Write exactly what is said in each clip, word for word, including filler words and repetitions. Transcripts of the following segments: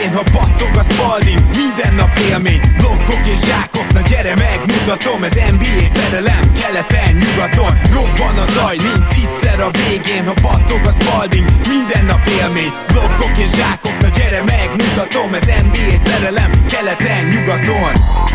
végén, ha battog a Spalding, minden nap élmény, blokkok és zsákok, na gyere megmutatom, ez en bé á szerelem, keleten, nyugaton, robban a zaj, nincs egyszer a végén, ha battog a Spalding, minden nap élmény, blokkok és zsákok, na gyere megmutatom, ez en bé á szerelem, keleten, nyugaton.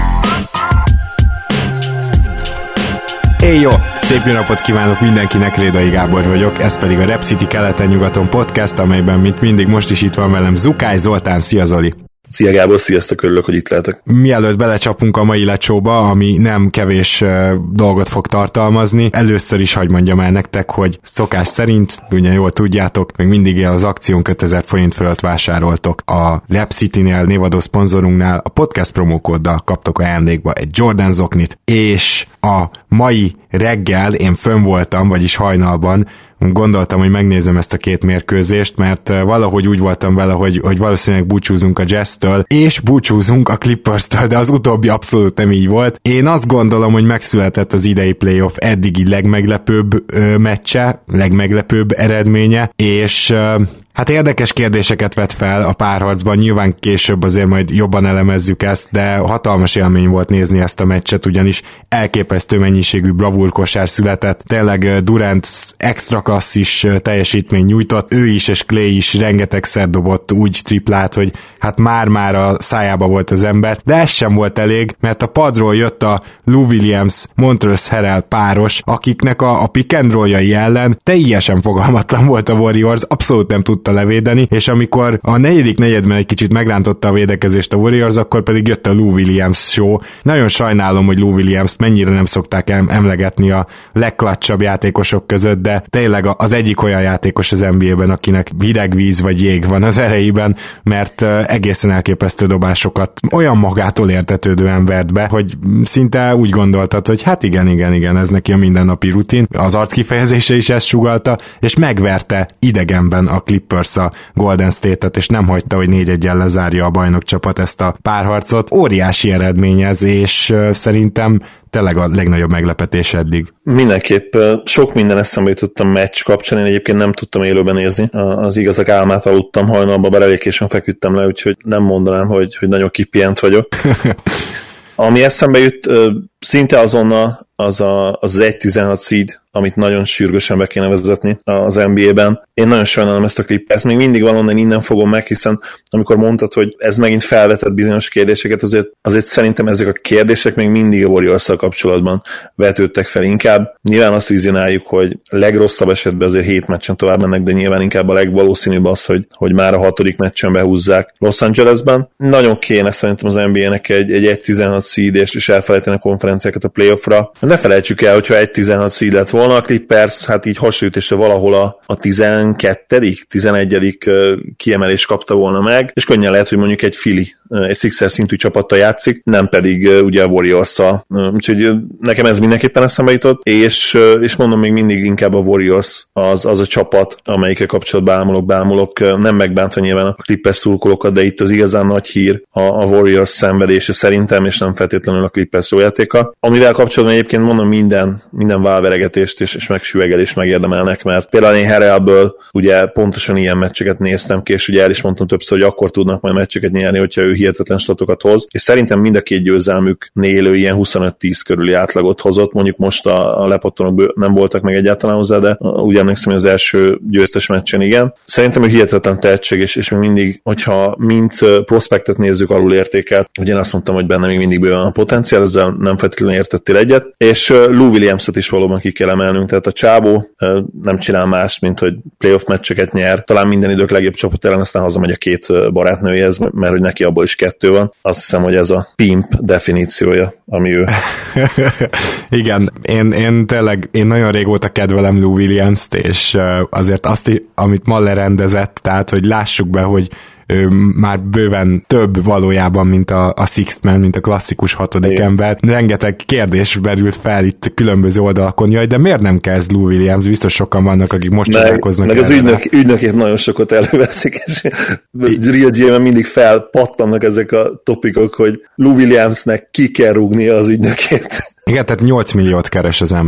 Éj jó! Szép jó napot kívánok mindenkinek, Rédai Gábor vagyok, ez pedig a Rep City keleten-nyugaton podcast, amelyben mint mindig most is itt van velem Zukály Zoltán. Szia Zoli! Szia Gábor, sziasztok, örülök, hogy itt lehetek. Mielőtt belecsapunk a mai lecsóba, ami nem kevés uh, dolgot fog tartalmazni, először is hagy mondjam el nektek, hogy szokás szerint, ugye jól tudjátok, még mindig az akciónk ötezer forint fölött vásároltok. A Rep City-nél, névadó szponzorunknál a podcast promókóddal kaptok ajándékba egy Jordan zoknit, és a mai reggel én fönn voltam, vagyis hajnalban, gondoltam, hogy megnézem ezt a két mérkőzést, mert valahogy úgy voltam vele, hogy, hogy valószínűleg búcsúzunk a Jazz-től, és búcsúzunk a Clippers-től, de az utóbbi abszolút nem így volt. Én azt gondolom, hogy megszületett az idei playoff eddigi legmeglepőbb ö, meccse, legmeglepőbb eredménye, és ö, hát érdekes kérdéseket vet fel a párharcban, nyilván később azért majd jobban elemezzük ezt, de hatalmas élmény volt nézni ezt a meccset, ugyanis elképesztő mennyiségű bravúrkosár született, tényleg Durant extra klasszis teljesítmény nyújtott, ő is és Clay is rengetegszer dobott úgy triplát, hogy hát már-már a szájába volt az ember, de ez sem volt elég, mert a padról jött a Lou Williams, Montrezl Harrell páros, akiknek a, a pick and roll-jai ellen teljesen fogalmatlan volt a Warriors, abszolút nem tud levédeni, és amikor a negyedik negyedben egy kicsit megrántotta a védekezést a Warriors, akkor pedig jött a Lou Williams show. Nagyon sajnálom, hogy Lou Williams-t mennyire nem szokták em- emlegetni a legklatsabb játékosok között, de tényleg az egyik olyan játékos az en bé á-ben, akinek hideg víz vagy jég van az erejében, mert egészen elképesztő dobásokat olyan magától értetődően vert be, hogy szinte úgy gondoltad, hogy hát igen, igen, igen, ez neki a mindennapi rutin. Az arckifejezése is ezt sugallta, és megverte idegenben a Clippers a Golden State-et, és nem hagyta, hogy négy eggyel lezárja a bajnokcsapat ezt a párharcot. Óriási eredmény ez, és uh, szerintem tényleg a legnagyobb meglepetés eddig. Mindenképp sok minden eszembe jutott a meccs kapcsán, én egyébként nem tudtam élőben nézni. Az igazak álmát aludtam hajnalban, bár elég későn feküdtem le, úgyhogy nem mondanám, hogy, hogy nagyon kipihent vagyok. Ami eszembe jut, szinte azonnal az a, az egy tizenhat seed, amit nagyon sürgősen be kéne vezetni az en bé á-ben. Én nagyon sajnálom ezt a Clippers, még mindig valonnan innen fogom meg, hiszen amikor mondtad, hogy ez megint felvetett bizonyos kérdéseket, azért, azért szerintem ezek a kérdések még mindig a Warriors-szal kapcsolatban vetődtek fel inkább. Nyilván azt vizionáljuk, hogy legrosszabb esetben azért hét meccsen tovább mennek, de nyilván inkább a legvalószínűbb az, hogy, hogy már a hatodik meccsen behúzzák Los Angelesben. Nagyon kéne szerintem az en bé á-nek egy, egy egy tizenhat seed és elfelejteni a konferenciákat a playoffra. Ne felejtsük el, hogyha egy tizenhat seed lett volna, a Clippers, hát így hasonlítésre valahol a, a tizenkettedik tizenegyedik kiemelés kapta volna meg, és könnyen lehet, hogy mondjuk egy Philly, egy Sixers szintű csapattal játszik, nem pedig ugye a Warriors-szal. Úgyhogy nekem ez mindenképpen eszembe jutott, és, és mondom, még mindig inkább a Warriors az, az a csapat, amelyikkel kapcsolatban bámulok, bámulok, nem megbántva nyilván a Clippers szurkolókat, de itt az igazán nagy hír a, a Warriors szenvedése szerintem, és nem feltétlenül a Clippers jó játéka. Amivel kapcsolatban egyébként mondom, minden, minden válveregetést és, és megsüvegelést megérdemelnek, mert például én Harrellből ugye pontosan ilyen meccseket néztem ki, és ugye el is mondtam többször, hogy akkor tudnak majd meccseket nyerni, hogyha ő hihetetlen statokat hoz, és szerintem mind a két győzelmüknél ő ilyen huszonöt tíz körüli átlagot hozott, mondjuk most a, a lepattonok nem voltak meg egyáltalán hozzá, de úgy emlékszem, hogy az első győztes meccsen igen. Szerintem ő hihetetlen tehetség, és, és még mindig, hogyha mint prospektet nézzük, alul értékelt, ugye én azt mondtam, hogy benne még mindig bőven a potenciál, ezzel nem feltétlenül értettél egyet, és Lou Williams-et is valóban ki kell emelnünk, tehát a csábó nem csinál más, mint hogy playoff meccseket nyer, talán minden idők legjobb csapat ellen, aztán hazamegy a két barátnőjéhez, mert hogy neki abból is kettő van. Azt hiszem, hogy ez a pimp definíciója, ami ő. Igen, én, én tényleg, én nagyon régóta kedvelem Lou Williams-t, és azért azt, amit ma lerendezett, tehát, hogy lássuk be, hogy ő már bőven több valójában, mint a, a Sixth Man, mint a klasszikus hatodik Igen. ember. Rengeteg kérdés berült fel itt különböző oldalakon, jaj, de miért nem kezd Lou Williams? Biztos sokan vannak, akik most meg, csodálkoznak. Meg az ügynök, ügynökét nagyon sokat előveszik, és Real gé em-en mindig felpattannak ezek a topikok, hogy Lou Williamsnek ki kell rúgnia az ügynökét. Igen, tehát nyolc milliót keres az ember.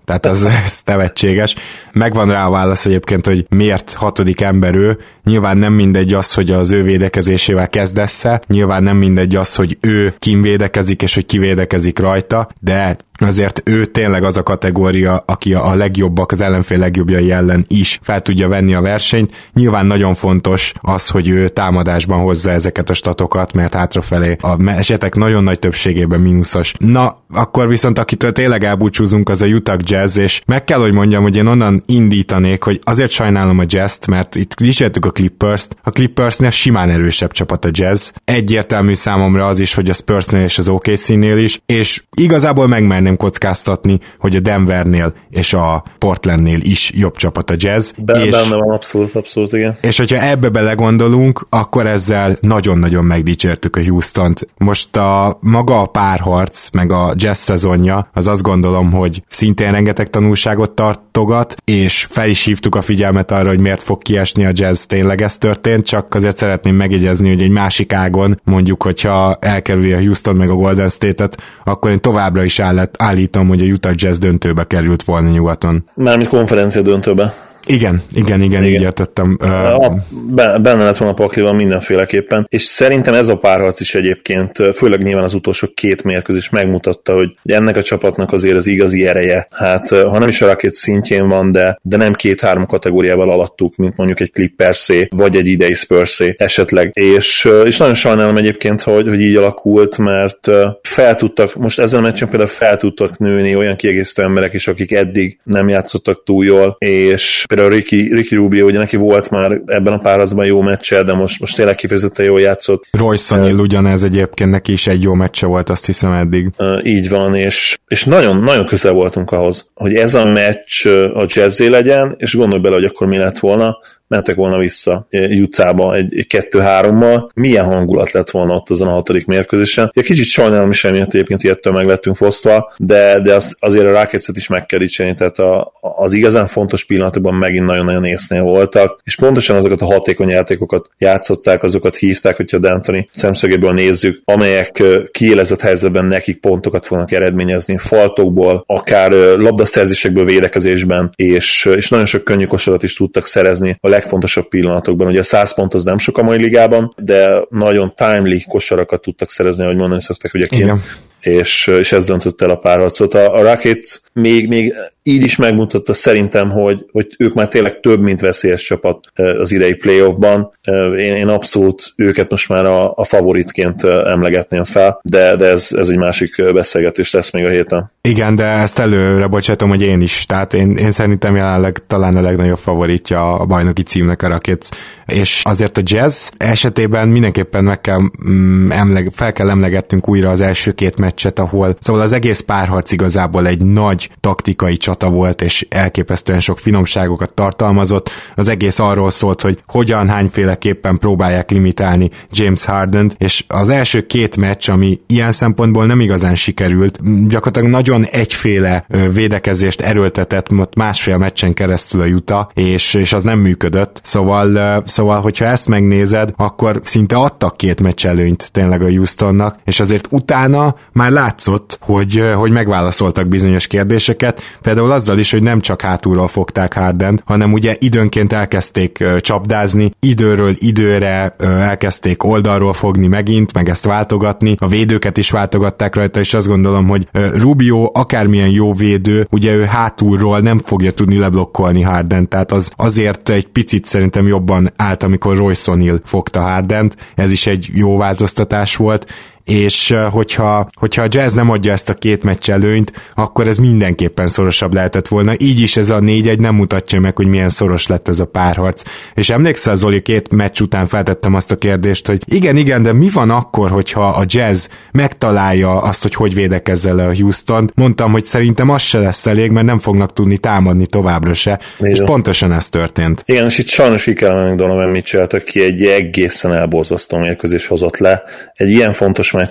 tehát az ez nevetséges. Megvan rá a válasz egyébként, hogy miért hatodik ember ő. Nyilván nem mindegy az, hogy az ő védekezésével kezdesz-e, nyilván nem mindegy az, hogy ő kinvédekezik, és hogy kivédekezik rajta, de azért ő tényleg az a kategória, aki a legjobbak, az ellenfél legjobbjai ellen is fel tudja venni a versenyt. Nyilván nagyon fontos az, hogy ő támadásban hozza ezeket a statokat, mert hátrafelé a esetek nagyon nagy többségében mínuszos. Na, akkor viszont akitől tényleg elbúcsúzunk, az a Utah Jazz, és meg kell, hogy mondjam, hogy én onnan indítanék, hogy azért sajnálom a Jazz-t, mert itt dicsértük a Clippers-t. A Clippersnél simán erősebb csapat a Jazz. Egyértelmű számomra az is, hogy a Spursnél és az o ká cé-nél is, és igazából megmerném kockáztatni, hogy a Denvernél és a Portlandnél is jobb csapat a Jazz. Be, és, benne van, abszolút, abszolút, igen. És hogyha ebbe belegondolunk, akkor ezzel nagyon-nagyon megdicsértük a Houstont. Most a maga a párharc, meg a Jazz szezonja, az azt gondolom, hogy szintén rengeteg tanulságot tartogat, és fel is hívtuk a figyelmet arra, hogy miért fog kiesni a Jazz, tényleg ez történt, csak azért szeretném megjegyezni, hogy egy másik ágon, mondjuk, hogyha elkerüli a Houston meg a Golden State-et, akkor én továbbra is állt, állítom, hogy a Utah Jazz döntőbe került volna nyugaton. Mármint konferencia döntőbe. Igen, igen, igen, igen, így értettem. A, benne lett volna a pakliban mindenféleképpen, és szerintem ez a párharc is egyébként, főleg nyilván az utolsó két mérkőzés megmutatta, hogy ennek a csapatnak azért az igazi ereje, hát ha nem is a Rockets szintjén van, de, de nem két-három kategóriával alattuk, mint mondjuk egy Clippers-é, vagy egy idei Spurs-é esetleg, és, és nagyon sajnálom egyébként, hogy, hogy így alakult, mert fel tudtak, most ezen a meccsen például fel tudtak nőni olyan kiegészítő emberek is, akik eddig nem játszottak túl jól, és például Ricky, Ricky Rubio, ugye neki volt már ebben a párharcban jó meccse, de most, most tényleg kifejezetten jól játszott. Royce O'Neal ugyanez egyébként, neki is egy jó meccse volt, azt hiszem eddig. Így van, és, és nagyon, nagyon közel voltunk ahhoz, hogy ez a meccs a Jazzé legyen, és gondolj bele, hogy akkor mi lett volna, mentek volna vissza Utahba egy, egy kettő-hárommal, milyen hangulat lett volna ott azon a hatodik mérkőzésen. Ja, kicsit sajnálom is emiatt egyébként, hogy ettől meg lettünk fosztva, de, de az, azért a Rocketset is meg kell dicsérni, tehát a, az igazán fontos pillanatokban megint nagyon-nagyon észnél voltak, és pontosan azokat a hatékony játékokat játszották, azokat hívták, hogyha a D'Antoni szemszögéből nézzük, amelyek kiélezett helyzetben nekik pontokat fognak eredményezni, faltokból, akár labdaszerzésekből, védekezésben, és, és nagyon sok könnyű kosarat is tudtak szerezni a legfontosabb pillanatokban. Ugye a száz pont az nem sok a mai ligában, de nagyon timely kosarakat tudtak szerezni, ahogy mondani szokták, ugye kint. És, és ez döntött el a párharcot. A, a Rockets még, még így is megmutatta szerintem, hogy, hogy ők már tényleg több, mint veszélyes csapat az idei playoffban. Én, én abszolút őket most már a, a favoritként emlegetném fel, de, de ez, ez egy másik beszélgetés lesz még a héten. Igen, de ezt előre bocsátom, hogy én is. Tehát én, én szerintem jelenleg talán a legnagyobb favoritja a bajnoki címnek a Rockets. És azért a Jazz esetében mindenképpen meg kell, mm, emleg, fel kell emlegetnünk újra az első két meccset, ahol szóval az egész párharc igazából egy nagy taktikai csata volt, és elképesztően sok finomságokat tartalmazott. Az egész arról szólt, hogy hogyan, hányféleképpen próbálják limitálni James Hardent, és az első két meccs, ami ilyen szempontból nem igazán sikerült, gyakorlatilag nagyon egyféle védekezést erőltetett másfél meccsen keresztül a Utah, és, és az nem működött. Szóval, szóval, hogyha ezt megnézed, akkor szinte adtak két meccs előnyt tényleg a Houstonnak, és azért utána már látszott, hogy, hogy megválaszoltak bizonyos kérdéseket, például azzal is, hogy nem csak hátulról fogták Hardent, hanem ugye időnként elkezdték csapdázni, időről időre elkezdték oldalról fogni megint, meg ezt váltogatni, a védőket is váltogatták rajta, és azt gondolom, hogy Rubio akármilyen jó védő, ugye ő hátulról nem fogja tudni leblokkolni Hardent, tehát az azért egy picit szerintem jobban állt, amikor Royce O'Neal fogta Hardent, ez is egy jó változtatás volt, és hogyha, hogyha a Jazz nem adja ezt a két meccs előnyt, akkor ez mindenképpen szorosabb lehetett volna. Így is ez a négy egy nem mutatja meg, hogy milyen szoros lett ez a párharc. És emlékszel, Zoli, két meccs után feltettem azt a kérdést, hogy igen, igen, de mi van akkor, hogyha a Jazz megtalálja azt, hogy hogy védekezzel le a Houston? Mondtam, hogy szerintem az se lesz elég, mert nem fognak tudni támadni továbbra se. Még és jó. Pontosan ez történt. Igen, és itt sajnos ki kell menni, Donovan Mitchell, aki egy egészen elborzasztó mérkőzés hozott le. Egy ilyen fontos meccsen.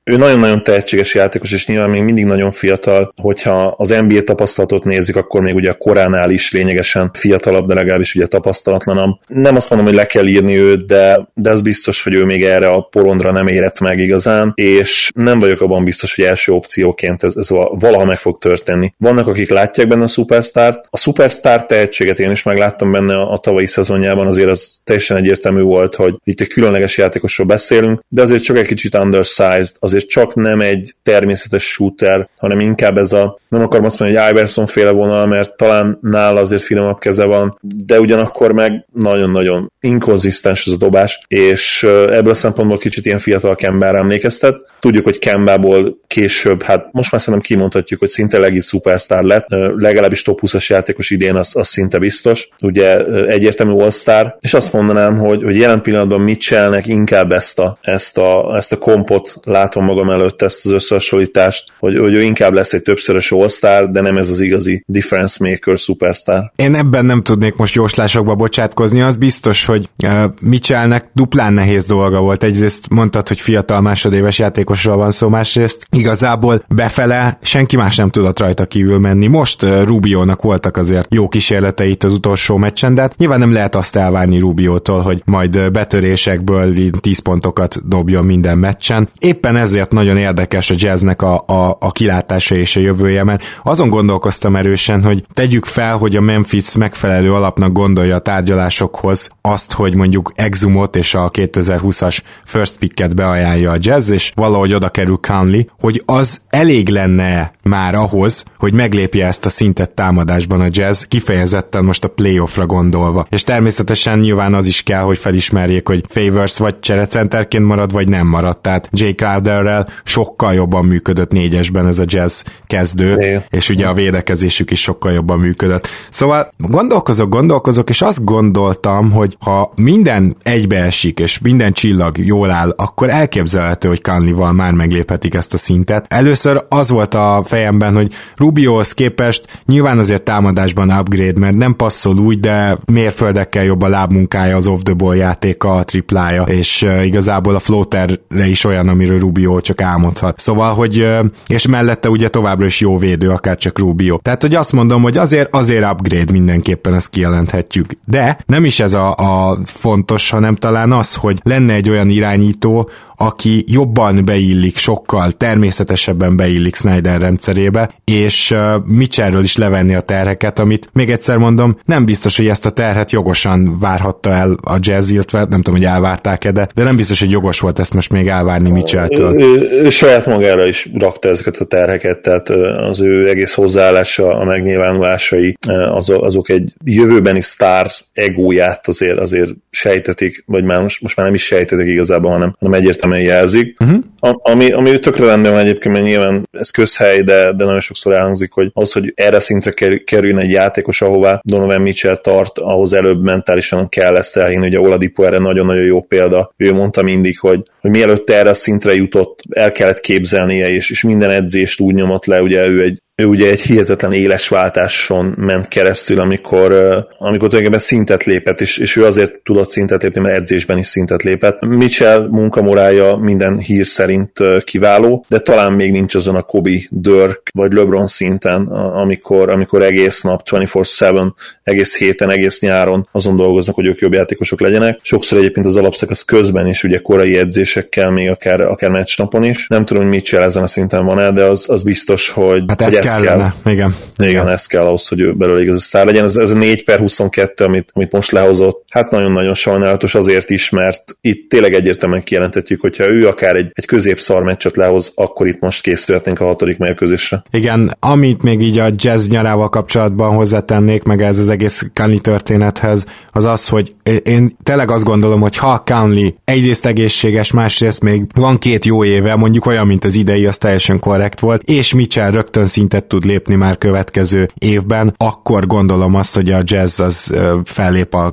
ő nagyon-nagyon tehetséges játékos, és nyilván még mindig nagyon fiatal, hogyha az en bé á tapasztalatot nézik, akkor még ugye a koránál is lényegesen fiatalabb, de legalábbis ugye tapasztalatlanabb. Nem azt mondom, hogy le kell írni őt, de, de az biztos, hogy ő még erre a porondra nem érett meg igazán, és nem vagyok abban biztos, hogy első opcióként ez, ez valaha meg fog történni. Vannak, akik látják benne a szupersztárt. A szupersztár tehetséget én is megláttam benne a, a tavalyi szezonjában, azért az teljesen egyértelmű volt, hogy itt egy különleges játékosról beszélünk, de azért csak egy kicsit undersized, azért csak nem egy természetes shooter, hanem inkább ez a, nem akarom azt mondani, hogy Iverson féle vonal, mert talán nála azért finomabb keze van, de ugyanakkor meg nagyon-nagyon inkonzisztens ez a dobás, és ebből a szempontból kicsit ilyen fiatal Kemba-ra emlékeztet. Tudjuk, hogy Kemba-ból később, hát most már szerintem kimondhatjuk, hogy szinte legit szupersztár lett, legalábbis top húszas játékos idén, az, az szinte biztos. Ugye egyértelmű all-star, és azt mondanám, hogy, hogy jelen pillanatban Mitchellnek inkább ezt a, ezt a, ezt a kompot látom magam előtt, ezt az összehasonlítást, hogy, hogy ő inkább lesz egy többszörös all-star, de nem ez az igazi difference maker szupersztár. Én ebben nem tudnék most jóslásokba bocsátkozni, az biztos, hogy uh, Mitchellnek duplán nehéz dolga volt. Egyrészt mondtad, hogy fiatal másodéves játékosról van szó, másrészt igazából befele senki más nem tudott rajta kívül menni. Most uh, Rubiónak voltak azért jó kísérletei itt az utolsó meccsen, de hát nyilván nem lehet azt elvárni Rubiótól, hogy majd betörésekből tíz pontokat dobjon minden meccsen. Éppen ezért nagyon érdekes a Jazznek a, a, a kilátása és a jövője, mert azon gondolkoztam erősen, hogy tegyük fel, hogy a Memphis megfelelő alapnak gondolja a tárgyalásokhoz azt, hogy mondjuk Exumot és a kétezer-húszas first picket beajánlja a Jazz, és valahogy oda kerül Conley, hogy az elég lenne már ahhoz, hogy meglépje ezt a szintet támadásban a Jazz, kifejezetten most a playoffra gondolva. És természetesen nyilván az is kell, hogy felismerjék, hogy Favors vagy cserecenterként marad, vagy nem marad. Tehát Jay Crowderrel sokkal jobban működött négyesben ez a Jazz kezdő, é. és ugye a védekezésük is sokkal jobban működött. Szóval gondolkozok, gondolkozok, és azt gondoltam, hogy ha minden egybeesik, és minden csillag jól áll, akkor elképzelhető, hogy Conleyval már megléphetik ezt a szintet. Először az volt a fejemben, hogy Rubiohoz képest nyilván azért támadásban upgrade, mert nem passzol úgy, de mérföldekkel jobb a lábmunkája, az off-the-ball játéka, a triplája, és uh, igazából a floaterre is olyan, amiről Rubio csak álmodhat. Szóval, hogy uh, és mellette ugye továbbra is jó védő, akár csak Rubio. Tehát, hogy azt mondom, hogy azért, azért upgrade mindenképpen, ezt kijelenthetjük. De nem is ez a, a fontos, hanem talán az, hogy lenne egy olyan irányító, aki jobban beillik, sokkal természetesebben beillik Snyder rendszerébe, és uh, Mitchellről is levenni a terheket, amit még egyszer mondom, nem biztos, hogy ezt a terhet jogosan várhatta el a Jazz, illetve nem tudom, hogy elvárták-e, de, de nem biztos, hogy jogos volt ezt most még elvárni Mitchelltől. Ő, ő, ő saját magára is rakta ezeket a terheket, tehát az ő egész hozzáállása, a megnyilvánulásai, az, azok egy jövőbeni sztár egóját azért, azért sejtetik, vagy már most, most már nem is sejtetik igazából, hanem, hanem egyértelműen jelzik. Uh-huh. A, ami, ami tökre rendben van egyébként, mert nyilván ez közhely, de, de nagyon sokszor elhangzik, hogy az, hogy erre szintre kerüljön egy játékos, ahová Donovan Mitchell tart, ahhoz előbb mentálisan kell ezt elhinni. Ugye Oladipo erre nagyon-nagyon jó példa. Ő mondta mindig, hogy, hogy mielőtt erre a szintre jutott, el kellett képzelnie, és, és minden edzést úgy nyomott le, ugye ő egy Ő ugye egy hihetetlen éles váltáson ment keresztül, amikor, amikor tulajdonképpen szintet lépett, és, és ő azért tudott szintet lépni, mert edzésben is szintet lépett. Mitchell munkamorálja minden hír szerint kiváló, de talán még nincs azon a Kobe, Dirk vagy LeBron szinten, amikor, amikor egész nap, huszonnégy hét, egész héten, egész nyáron azon dolgoznak, hogy ők jobb játékosok legyenek. Sokszor egyébként az alapszakasz közben is, ugye korai edzésekkel, még akár, akár meccsnapon is. Nem tudom, hogy Mitchell ezen a szinten van-e, de az, az biztos, hogy, hát hogy kellene, kell. Igen. Igen, igen, ez kell ahhoz, hogy ő belőle igaz a sztár legyen. Ez, ez a négy per huszonkettő, amit, amit most lehozott, hát nagyon-nagyon sajnálatos azért is, mert itt tényleg egyértelműen kijelentetjük, hogyha ő akár egy, egy középszar meccset lehoz, akkor itt most készülhetnénk a hatodik mérkőzésre. Igen, amit még így a Jazz nyarával kapcsolatban hozzátennék, meg ez az egész Conley történethez, az az, hogy én tényleg azt gondolom, hogy ha Conley egyrészt egészséges, másrészt még van két jó éve, mondjuk olyan, mint az idei, az teljesen korrekt volt, és Mitchell rögtön szintet tud lépni már következő évben, akkor gondolom azt, hogy a Jazz az fellép az igazi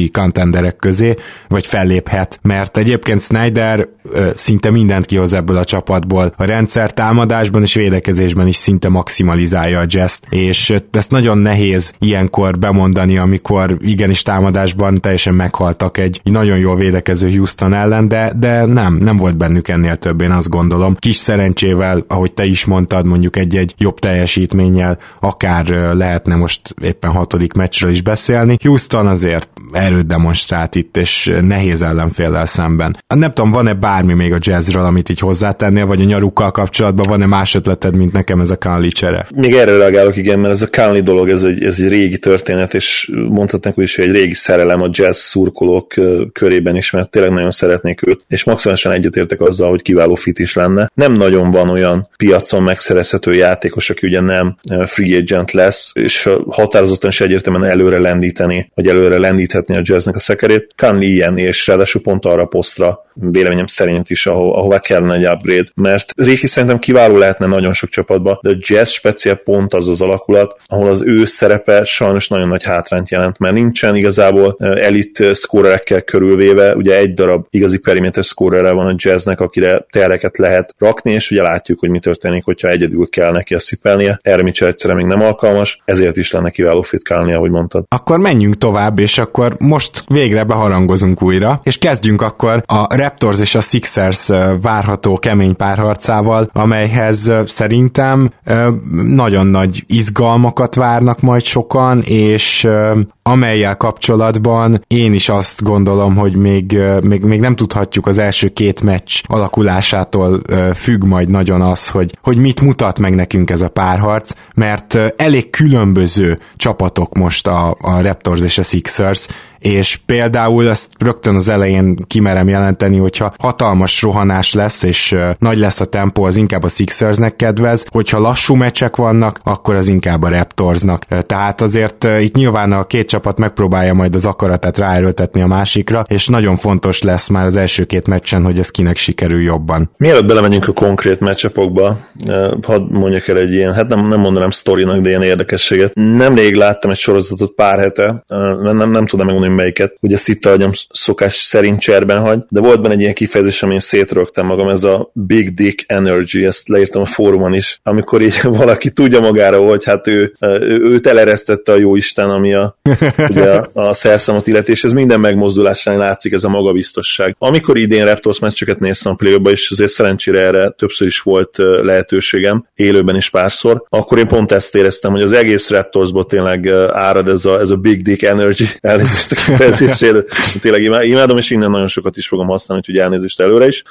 igazi contenderek közé, vagy felléphet, mert egyébként Snyder ö, szinte mindent kihoz ebből a csapatból. A rendszer támadásban és védekezésben is szinte maximalizálja a Jazz-t, és ezt nagyon nehéz ilyenkor bemondani, amikor igenis támadásban teljesen meghaltak egy nagyon jól védekező Houston ellen, de, de nem, nem volt bennük ennél több, én azt gondolom. Kis szerencsével, ahogy te is mondtad, mondjuk egy-egy jobb teljesítménnyel akár lehetne most éppen hatodik meccsről is beszélni. Houston azért erőt demonstrált itt, és nehéz ellenféllel szemben. Nem tudom, van-e bármi még a Jazzről, amit így hozzátennél, vagy a nyarukkal kapcsolatban van-e más ötleted, mint nekem ez a Conley csere? Még erre reagálok, igen, mert ez a Conley dolog, ez egy, ez egy régi történet, és mondhatnánk is, hogy egy régi szerelem a Jazz szurkolók körében is, mert tényleg nagyon szeretnék őt, és maximálisan egyetértek azzal, hogy kiváló fit is lenne. Nem nagyon van olyan piacon megszerezhető játékos, aki ugye nem free agent lesz, és határozottan is egyértelműen előre lendíteni, vagy előre lendíthetni a Jazznek a szekerét. Conley ilyen, és ráadásul pont arra a posztra, véleményem szerint is, aho- ahová kellene egy upgrade, mert Réki szerintem kiváló lehetne nagyon sok csapatba, de a Jazz speciál pont az az alakulat, ahol az ő szerepe sajnos nagyon nagy hátrányt jelent, mert nincsen igazából elit scorerekkel körülvéve, ugye egy darab igazi perimeter scorere van a Jazznek, akire tereket lehet rakni, és ugye látjuk, hogy mi történik, hogyha egyedül kell neki ezt szipelnie. Erre Mitchell egyszerűen még nem alkalmas, ezért is lenne kiváló fit Conley, ahogy mondtad. Akkor menjünk tovább, és akkor most végre beharangozunk újra, és kezdjünk akkor a Raptors és a Sixers várható kemény párharcával, amelyhez szerintem nagyon nagy izgalmakat várnak majd sokan, és amellyel kapcsolatban én is azt gondolom, hogy még, még, még nem tudhatjuk az első két meccs alakulásától függ majd nagyon az, hogy, hogy mit mutat meg nekünk ez a párharc, mert elég különböző csapatok most a, a Raptors és a Sixers, és például ezt rögtön az elején kimerem jelenteni, hogyha hatalmas rohanás lesz, és uh, nagy lesz a tempó, az inkább a Sixersnek kedvez, hogyha lassú meccsek vannak, akkor az inkább a Raptorsnak. Uh, tehát azért uh, itt nyilván a két csapat megpróbálja majd az akaratát ráerőltetni a másikra, és nagyon fontos lesz már az első két meccsen, hogy ez kinek sikerül jobban. Mielőtt belemegyünk a konkrét meccsapokba, uh, hadd mondjak el egy ilyen, hát nem, nem mondanám sztorinak, de ilyen érdekességet. Nemrég láttam egy sorozatot pár hete, uh, nem, nem, nem tudom megmondani melyiket, ugye szitta agyam szokás szerint cserben hagy, de volt benne egy ilyen kifejezés, amin szétrögtem magam, ez a Big Dick Energy, ezt leírtam a fórumon is, amikor így valaki tudja magára, hogy hát ő, őt eleresztette a jóisten, ami a, ugye a, a szerszámot illeti, és ez minden megmozdulásán látszik ez a magabiztosság. Amikor idén Raptors meccseket néztem a play-ba, és azért szerencsére erre többször is volt lehetőségem, élőben is párszor, akkor én pont ezt éreztem, hogy az egész Raptorsból tényleg árad ez a, ez a Big Dick Energy, elnézést a kifejezését, tényleg imádom, és innen nagyon sokat is fogom használni, úgyhogy elnézést előre is.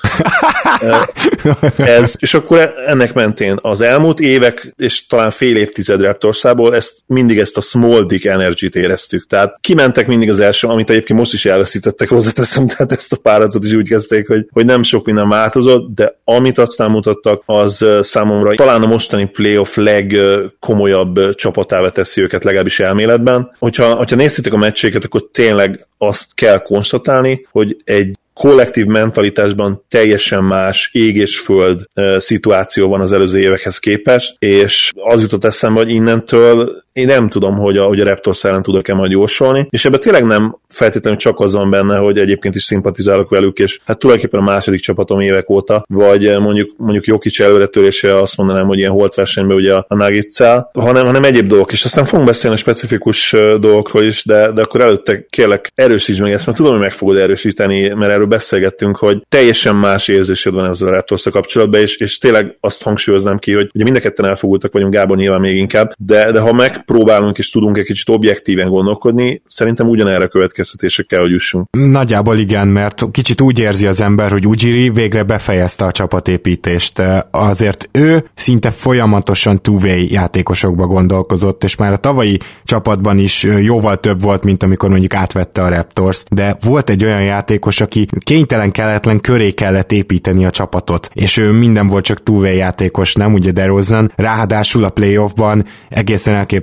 Ez, és akkor ennek mentén az elmúlt évek, és talán fél évtized Raptorsából ezt, mindig ezt a small dick energy-t éreztük. Tehát kimentek mindig az első, amit egyébként most is elveszítettek, hozzáteszem, tehát ezt a páratot is úgy kezdték, hogy, hogy nem sok minden változott, de amit aztán mutattak, az számomra talán a mostani playoff legkomolyabb csapatává teszi őket, legalábbis elméletben. Hogyha, hogyha néztétek a meccséket, akkor tényleg azt kell konstatálni, hogy egy kollektív mentalitásban teljesen más ég és föld uh, szituáció van az előző évekhez képest, és az jutott eszembe, hogy innentől én nem tudom, hogy a, hogy a Raptors ellen tudok-e majd jósolni, és ebben tényleg nem feltétlenül csak az van benne, hogy egyébként is szimpatizálok velük, és hát tulajdonképpen a második csapatom évek óta, vagy mondjuk, mondjuk Jokic előretörése, azt mondanám, hogy ilyen holtversenyben ugye a Nuggets-szel, hanem, hanem egyéb dolgok, és aztán fogunk beszélni a specifikus dolgokról is, de, de akkor előtte kérlek erősítsd meg ezt, mert tudom, hogy meg fogod erősíteni, mert erről beszélgettünk, hogy teljesen más érzésed van ezzel a Raptors-a kapcsolatban, és, és tényleg azt hangsúlyoznám ki, hogy ugye mind a ketten elfogultak vagyunk, Gábor nyilván még inkább, de, de ha megpróbálunk és tudunk egy kicsit objektíven gondolkodni, szerintem ugyanerre a következtetésre kell, hogy jussunk. Nagyjából igen, mert kicsit úgy érzi az ember, hogy Ujiri végre befejezte a csapatépítést. Azért ő szinte folyamatosan two-way játékosokba gondolkozott, és már a tavalyi csapatban is jóval több volt, mint amikor mondjuk átvette a Raptors, de volt egy olyan játékos, aki kénytelen kelletlen köré kellett építeni a csapatot, és ő minden volt csak two-way játékos, nem ugye DeRozan, ráadásul a playoffban egészen elképesztő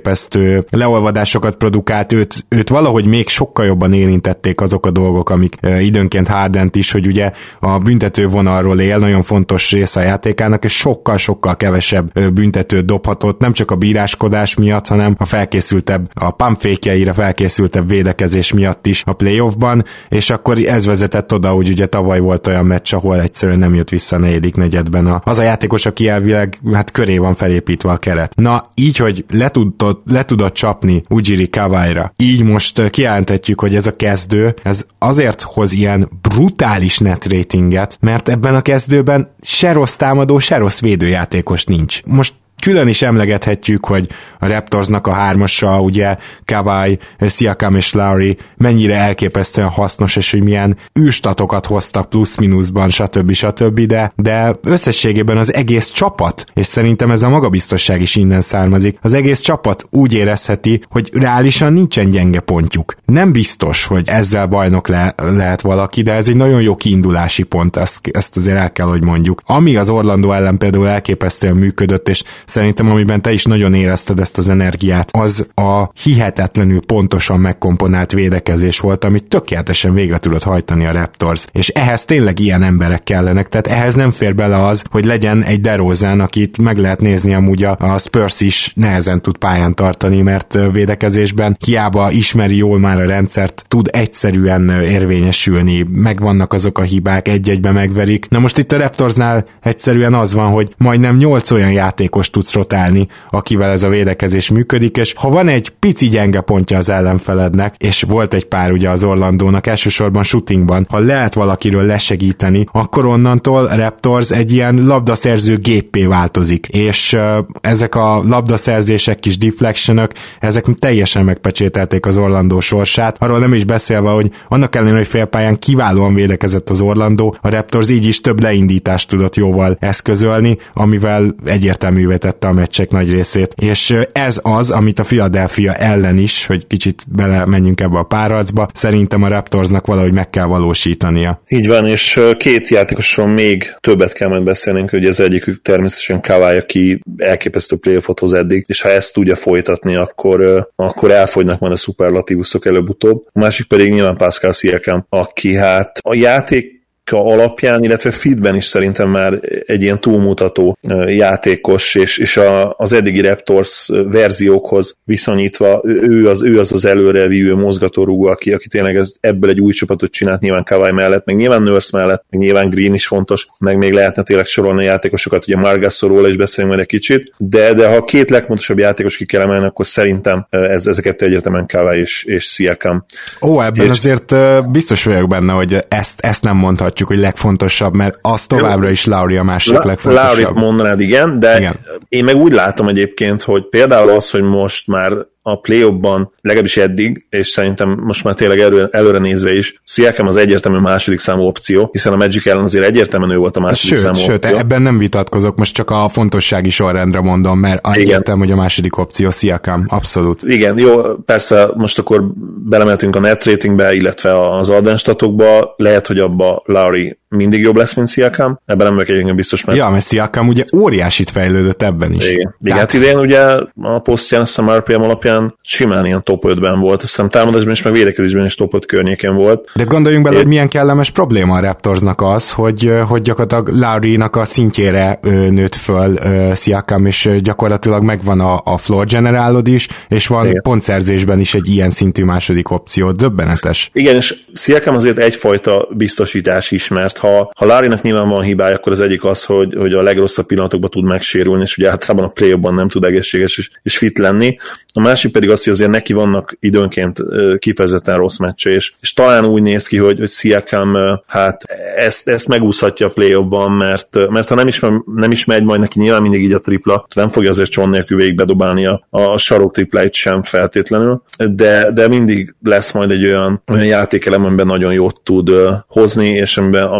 elképesztő leolvadásokat produkált, őt, őt valahogy még sokkal jobban érintették azok a dolgok, amik időnként Hardent is, hogy ugye a büntető vonalról él, nagyon fontos része a játékának, és sokkal-sokkal kevesebb büntetőt dobhatott, nem csak a bíráskodás miatt, hanem a felkészültebb, a pumpfake-jeire felkészültebb védekezés miatt is a playoffban, és akkor ez vezetett oda, hogy ugye tavaly volt olyan meccs, ahol egyszerűen nem jött vissza a negyedik negyedben a, az a játékos, aki elvileg hát köré van felépítve a keret. Na, így, hogy le tudott, le tudott csapni Ujiri Kawhi-ra, így most kijelenthetjük, hogy ez a kezdő, ez azért hoz ilyen brutális net ratinget, mert ebben a kezdőben se rossz támadó, se rossz védőjátékos nincs. Most külön is emlegethetjük, hogy a Raptorsnak a hármasa, ugye Kawhi, Siakam és Lowry mennyire elképesztően hasznos, és hogy milyen űrstatokat hoztak plusz-minuszban, stb. stb. De, de összességében az egész csapat, és szerintem ez a magabiztosság is innen származik, az egész csapat úgy érezheti, hogy reálisan nincsen gyenge pontjuk. Nem biztos, hogy ezzel bajnok le, lehet valaki, de ez egy nagyon jó kiindulási pont, ezt, ezt azért el kell, hogy mondjuk. Ami az Orlando ellen például elképesztően működött, és szerintem, amiben te is nagyon érezted ezt az energiát, az a hihetetlenül pontosan megkomponált védekezés volt, amit tökéletesen végre tudott hajtani a Raptors. És ehhez tényleg ilyen emberek kellenek, tehát ehhez nem fér bele az, hogy legyen egy DeRozan, akit meg lehet nézni amúgy a, a Spurs is nehezen tud pályán tartani, mert védekezésben hiába ismeri jól már a rendszert, tud egyszerűen érvényesülni, megvannak azok a hibák, egy-egybe megverik. Na most itt a Raptorsnál egyszerűen az van, hogy majdnem nyolc olyan játékos tudsz rotálni, akivel ez a védekezés működik, és ha van egy pici gyenge pontja az ellenfelednek, és volt egy pár ugye az Orlandónak, elsősorban shootingban, ha lehet valakiről lesegíteni, akkor onnantól a Raptors egy ilyen labdaszerző géppé változik, és uh, ezek a labdaszerzések, kis deflectionök, ezek teljesen megpecsételték az Orlandó sorsát, arról nem is beszélve, hogy annak ellenére, hogy félpályán kiválóan védekezett az Orlandó, a Raptors így is több leindítást tudott jóval eszközölni, amivel egyértelművé tette a meccsek nagy részét. És ez az, amit a Philadelphia ellen is, hogy kicsit bele menjünk ebbe a párharcba, szerintem a Raptorsnak valahogy meg kell valósítania. Így van, és két játékosról még többet kell majd beszélnünk, hogy az egyikük természetesen Kawhi, aki elképesztő playoffot hoz eddig, és ha ezt tudja folytatni, akkor, akkor elfogynak majd a szuperlatívuszok előbb-utóbb. A másik pedig nyilván Pascal Siakam, aki hát a játék alapján, illetve fitben is szerintem már egy ilyen túlmutató játékos, és, és a, az eddigi Raptors verziókhoz viszonyítva ő az ő az, az előrevívő mozgatórugó, aki, aki tényleg ez, ebből egy új csapatot csinált nyilván Kawhi mellett, meg nyilván Nurse mellett, meg nyilván Green is fontos, meg még lehetne tényleg sorolni a játékosokat, ugye Marc Gasolról is beszélünk majd egy kicsit, de, de ha a két legfontosabb játékos ki kell emelni, akkor szerintem ez, ezeket egyértelműen Kawhi és, és Siakam. Ó, ebben és... azért biztos vagyok benne, hogy ezt, ezt nem mondhatjuk, hogy legfontosabb, mert az továbbra is Lowry a második La- legfontosabb. Lowryt mondanád, igen, de igen. Én meg úgy látom egyébként, hogy például az, hogy most már a play-offban, legalábbis eddig, és szerintem most már tényleg előre, előre nézve is, Siakam az egyértelmű második számú opció, hiszen a Magic ellen azért egyértelműen ő volt a második sőt, számú sőt, opció. Sőt, ebben nem vitatkozok, most csak a fontossági sorrendre mondom, mert egyértelmű, hogy a második opció Siakam, abszolút. Igen, jó, persze most akkor belemeltünk a net ratingbe, illetve az advanced statokba, lehet, hogy abba Lowry mindig jobb lesz, mint Siakam, ebben nem vagyok egyébként biztos, mert... Ja, mert Siakam ugye óriásit fejlődött ebben is. Igen, igen hát idén ugye a posztján, a er pé em alapján simán ilyen top ötben volt, azt hiszem támadásban is, meg védekezésben is top öt környéken volt. De gondoljunk bele, é... hogy milyen kellemes probléma a Raptorsnak az, hogy, hogy gyakorlatilag Lowry-nak a szintjére nőtt föl Siakam, és gyakorlatilag megvan a, a floor generálod is, és van igen. Pontszerzésben is egy ilyen szintű második opció, döbbenetes. Igen, és Siakam azért egyfajta biztosítás is, mert ha, ha Lowrynak nyilván van hibája, akkor az egyik az, hogy, hogy a legrosszabb pillanatokban tud megsérülni, és ugye általában a play-offban nem tud egészséges és, és fit lenni. A másik pedig az, hogy azért neki vannak időnként kifejezetten rossz meccse, és, és talán úgy néz ki, hogy, hogy Siakam hát ezt, ezt megúszhatja a play-offban, mert, mert ha nem is, nem is megy majd neki nyilván mindig így a tripla, nem fogja azért Cson nélkül végig bedobálni a, a sarok tripláit sem feltétlenül, de, de mindig lesz majd egy olyan, olyan játékelem, amiben nagyon jót tud hozni, és amiben, amiben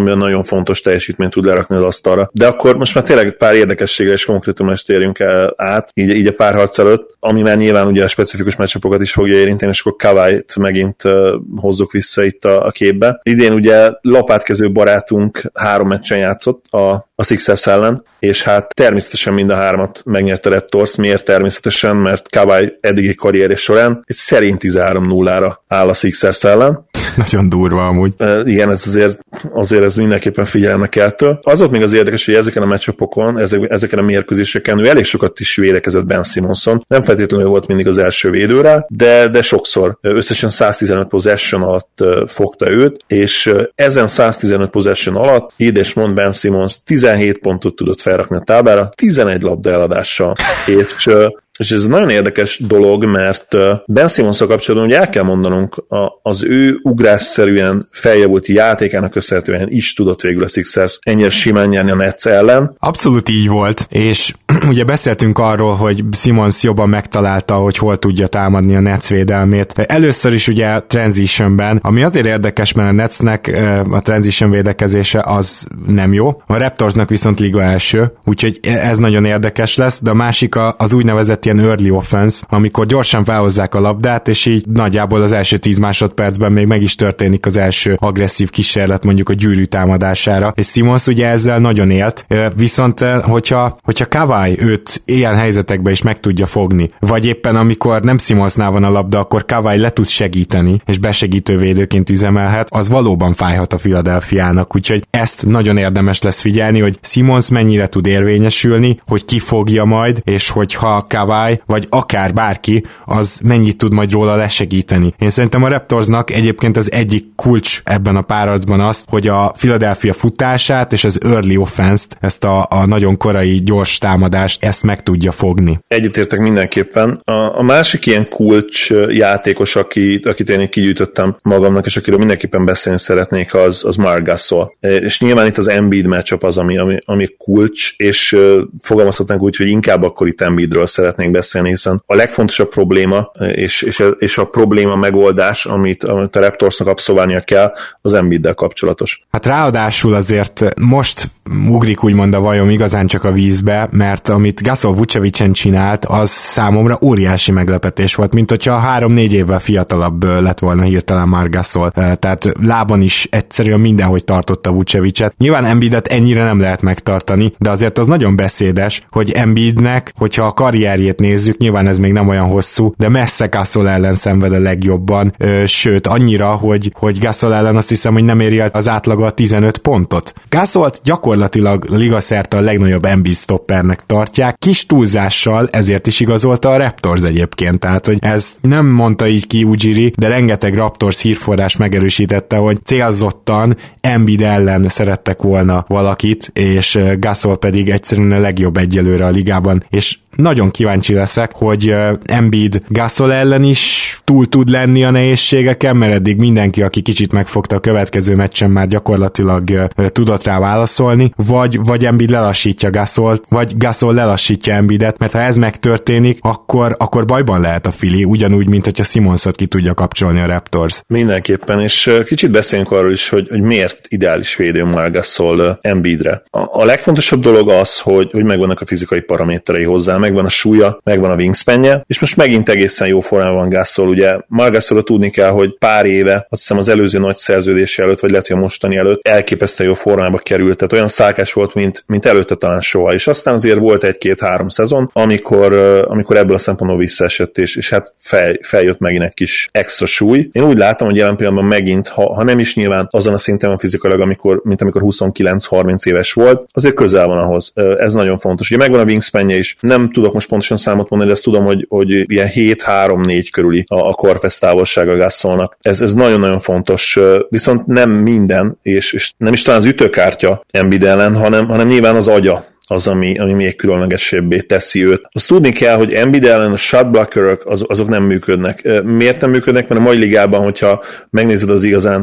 olyan nagyon fontos teljesítményt tud lerakni az asztalra. De akkor most már tényleg pár érdekességre és konkrétumra is térjünk át, így, így a párharc előtt, ami már nyilván ugye a specifikus meccsapokat is fogja érinteni, és akkor Kawait megint uh, hozzuk vissza itt a, a képbe. Idén ugye lapátkező barátunk három meccsen játszott a a Sixers ellen, és hát természetesen mind a hármat megnyerte Raptors. Miért természetesen? Mert Kawhi eddigi karrierje során egy szerint tizenhárom nullára áll a Sixers ellen. Nagyon durva amúgy. E, igen, ez azért, azért ez mindenképpen figyelme keltő. Az ott még az érdekes, hogy ezeken a meccsapokon, ezek, ezeken a mérkőzéseken ő elég sokat is védekezett Ben Simonson. Nem feltétlenül volt mindig az első védőre, de, de sokszor. Összesen száztizenöt possession alatt fogta őt, és ezen száztizenöt possession alatt, így és mond Ben Simmons tizenhét pontot tudott felrakni a táblára, tizenegy labda eladással. és És ez nagyon érdekes dolog, mert Ben Simmons-szal kapcsolatban ugye el kell mondanunk, az ő ugrásszerűen feljavult játékának köszönhetően is tudott végül a Sixers ennyire simán nyerni a Nets ellen. Abszolút így volt, és ugye beszéltünk arról, hogy Simmons jobban megtalálta, hogy hol tudja támadni a Nets védelmét. Először is ugye a transitionben, ami azért érdekes, mert a Netsnek a transition védekezése az nem jó, a Raptorsnak viszont liga első, úgyhogy ez nagyon érdekes lesz, de a másik az úgynevezett ilyen early offense, amikor gyorsan felhozzák a labdát, és így nagyjából az első tíz másodpercben még meg is történik az első agresszív kísérlet mondjuk a gyűrű támadására, és Simmons ugye ezzel nagyon élt, viszont hogyha, hogyha Kawhi őt ilyen helyzetekben is meg tudja fogni, vagy éppen amikor nem Simmonsnál van a labda, akkor Kawhi le tud segíteni, és besegítő védőként üzemelhet, az valóban fájhat a Philadelphiának, úgyhogy ezt nagyon érdemes lesz figyelni, hogy Simmons mennyire tud érvényesülni, hogy ki fogja majd, és hogyha Kawhi vagy akár bárki, az mennyit tud majd róla lesegíteni. Én szerintem a Raptorsnak egyébként az egyik kulcs ebben a párharcban az, hogy a Philadelphia futását és az early offense-t, ezt a, a nagyon korai gyors támadást, ezt meg tudja fogni. Egyetértek mindenképpen. A, a másik ilyen kulcs játékos, aki, akit én kigyűjtöttem magamnak, és akiről mindenképpen beszélni szeretnék, az, az Marc Gasol. És nyilván itt az Embiid matchup az, ami, ami, ami kulcs, és fogalmazhatnánk úgy, hogy inkább akkor itt Embiidről szeretnénk beszélni, hiszen a legfontosabb probléma, és, és, és a probléma megoldás, amit, amit a Raptorsnak abszolválnia kell, az Embiiddel kapcsolatos. Hát ráadásul azért most ugrik úgymond a vajom igazán csak a vízbe, mert amit Gasol Vucevicen csinált, az számomra óriási meglepetés volt, mint hogyha három-négy évvel fiatalabb lett volna hirtelen Marc Gasol. Tehát lában is egyszerűen mindenhogy tartotta Vucevicet. Nyilván Embiidet ennyire nem lehet megtartani, de azért az nagyon beszédes, hogy Embiidnek, hogyha a karrierjét nézzük, nyilván ez még nem olyan hosszú, de messze Gasol ellen szenved a legjobban, ö, sőt annyira, hogy, hogy Gasol ellen azt hiszem, hogy nem éri az átlaga a tizenöt pontot. Gasolt gyakorlatilag ligaszerte a legnagyobb Embiid stoppernek tartják, kis túlzással, ezért is igazolta a Raptors egyébként, tehát hogy ez nem mondta így ki Ujiri, de rengeteg Raptors hírforrás megerősítette, hogy célzottan Embiid ellen szerettek volna valakit, és Gasol pedig egyszerűen a legjobb egyelőre a ligában, és nagyon kíváncsi leszek, hogy Embiid Gasol ellen is túl tud lenni a nehézségeken, mert eddig mindenki, aki kicsit megfogta a következő meccsen, már gyakorlatilag tudott rá válaszolni, vagy, vagy Embiid lelassítja Gasolt, vagy Gasol lelassítja Embiidet, mert ha ez megtörténik, akkor, akkor bajban lehet a Philly, ugyanúgy, mint hogyha Simmonsot ki tudja kapcsolni a Raptors. Mindenképpen, és kicsit beszéljünk arról is, hogy, hogy miért ideális védő Marc Gasol Embiidre. A, a legfontosabb dolog az, hogy, hogy megvannak a fizikai paraméterei hozzá, megvan a súlya, megvan a wingspanje, és most megint egészen jó formában van Gasol. Ugye Marc Gasolra tudni kell, hogy pár éve, azt hiszem az előző nagy szerződése előtt, vagy lehet, hogy a mostani előtt elképesztően jó formába került, tehát olyan szálkás volt, mint, mint előtte talán soha, és aztán azért volt egy-két-három szezon, amikor, amikor ebből a szempontból visszaesett, és, és hát fel, feljött megint egy kis extra súly. Én úgy látom, hogy jelen pillanatban megint, ha, ha nem is nyilván azon a szinten van fizikailag, amikor, mint amikor huszonkilenc-harminc éves volt, azért közel van ahhoz. Ez nagyon fontos. Ugye megvan a wingspanje is, nem tudok most pontosan számot mondani, de ezt tudom, hogy, hogy ilyen hét-három-négy körüli a, a karfesz távolsága Gasolnak. Ez, ez nagyon-nagyon fontos, viszont nem minden, és, és nem is talán az ütőkártya Embiid ellen, hanem, hanem nyilván az agya az, ami, ami még különlegesebbé teszi őt. Azt tudni kell, hogy Embiid ellen a shotblockerök az, azok nem működnek. Miért nem működnek? Mert a mai ligában, hogyha megnézed az igazán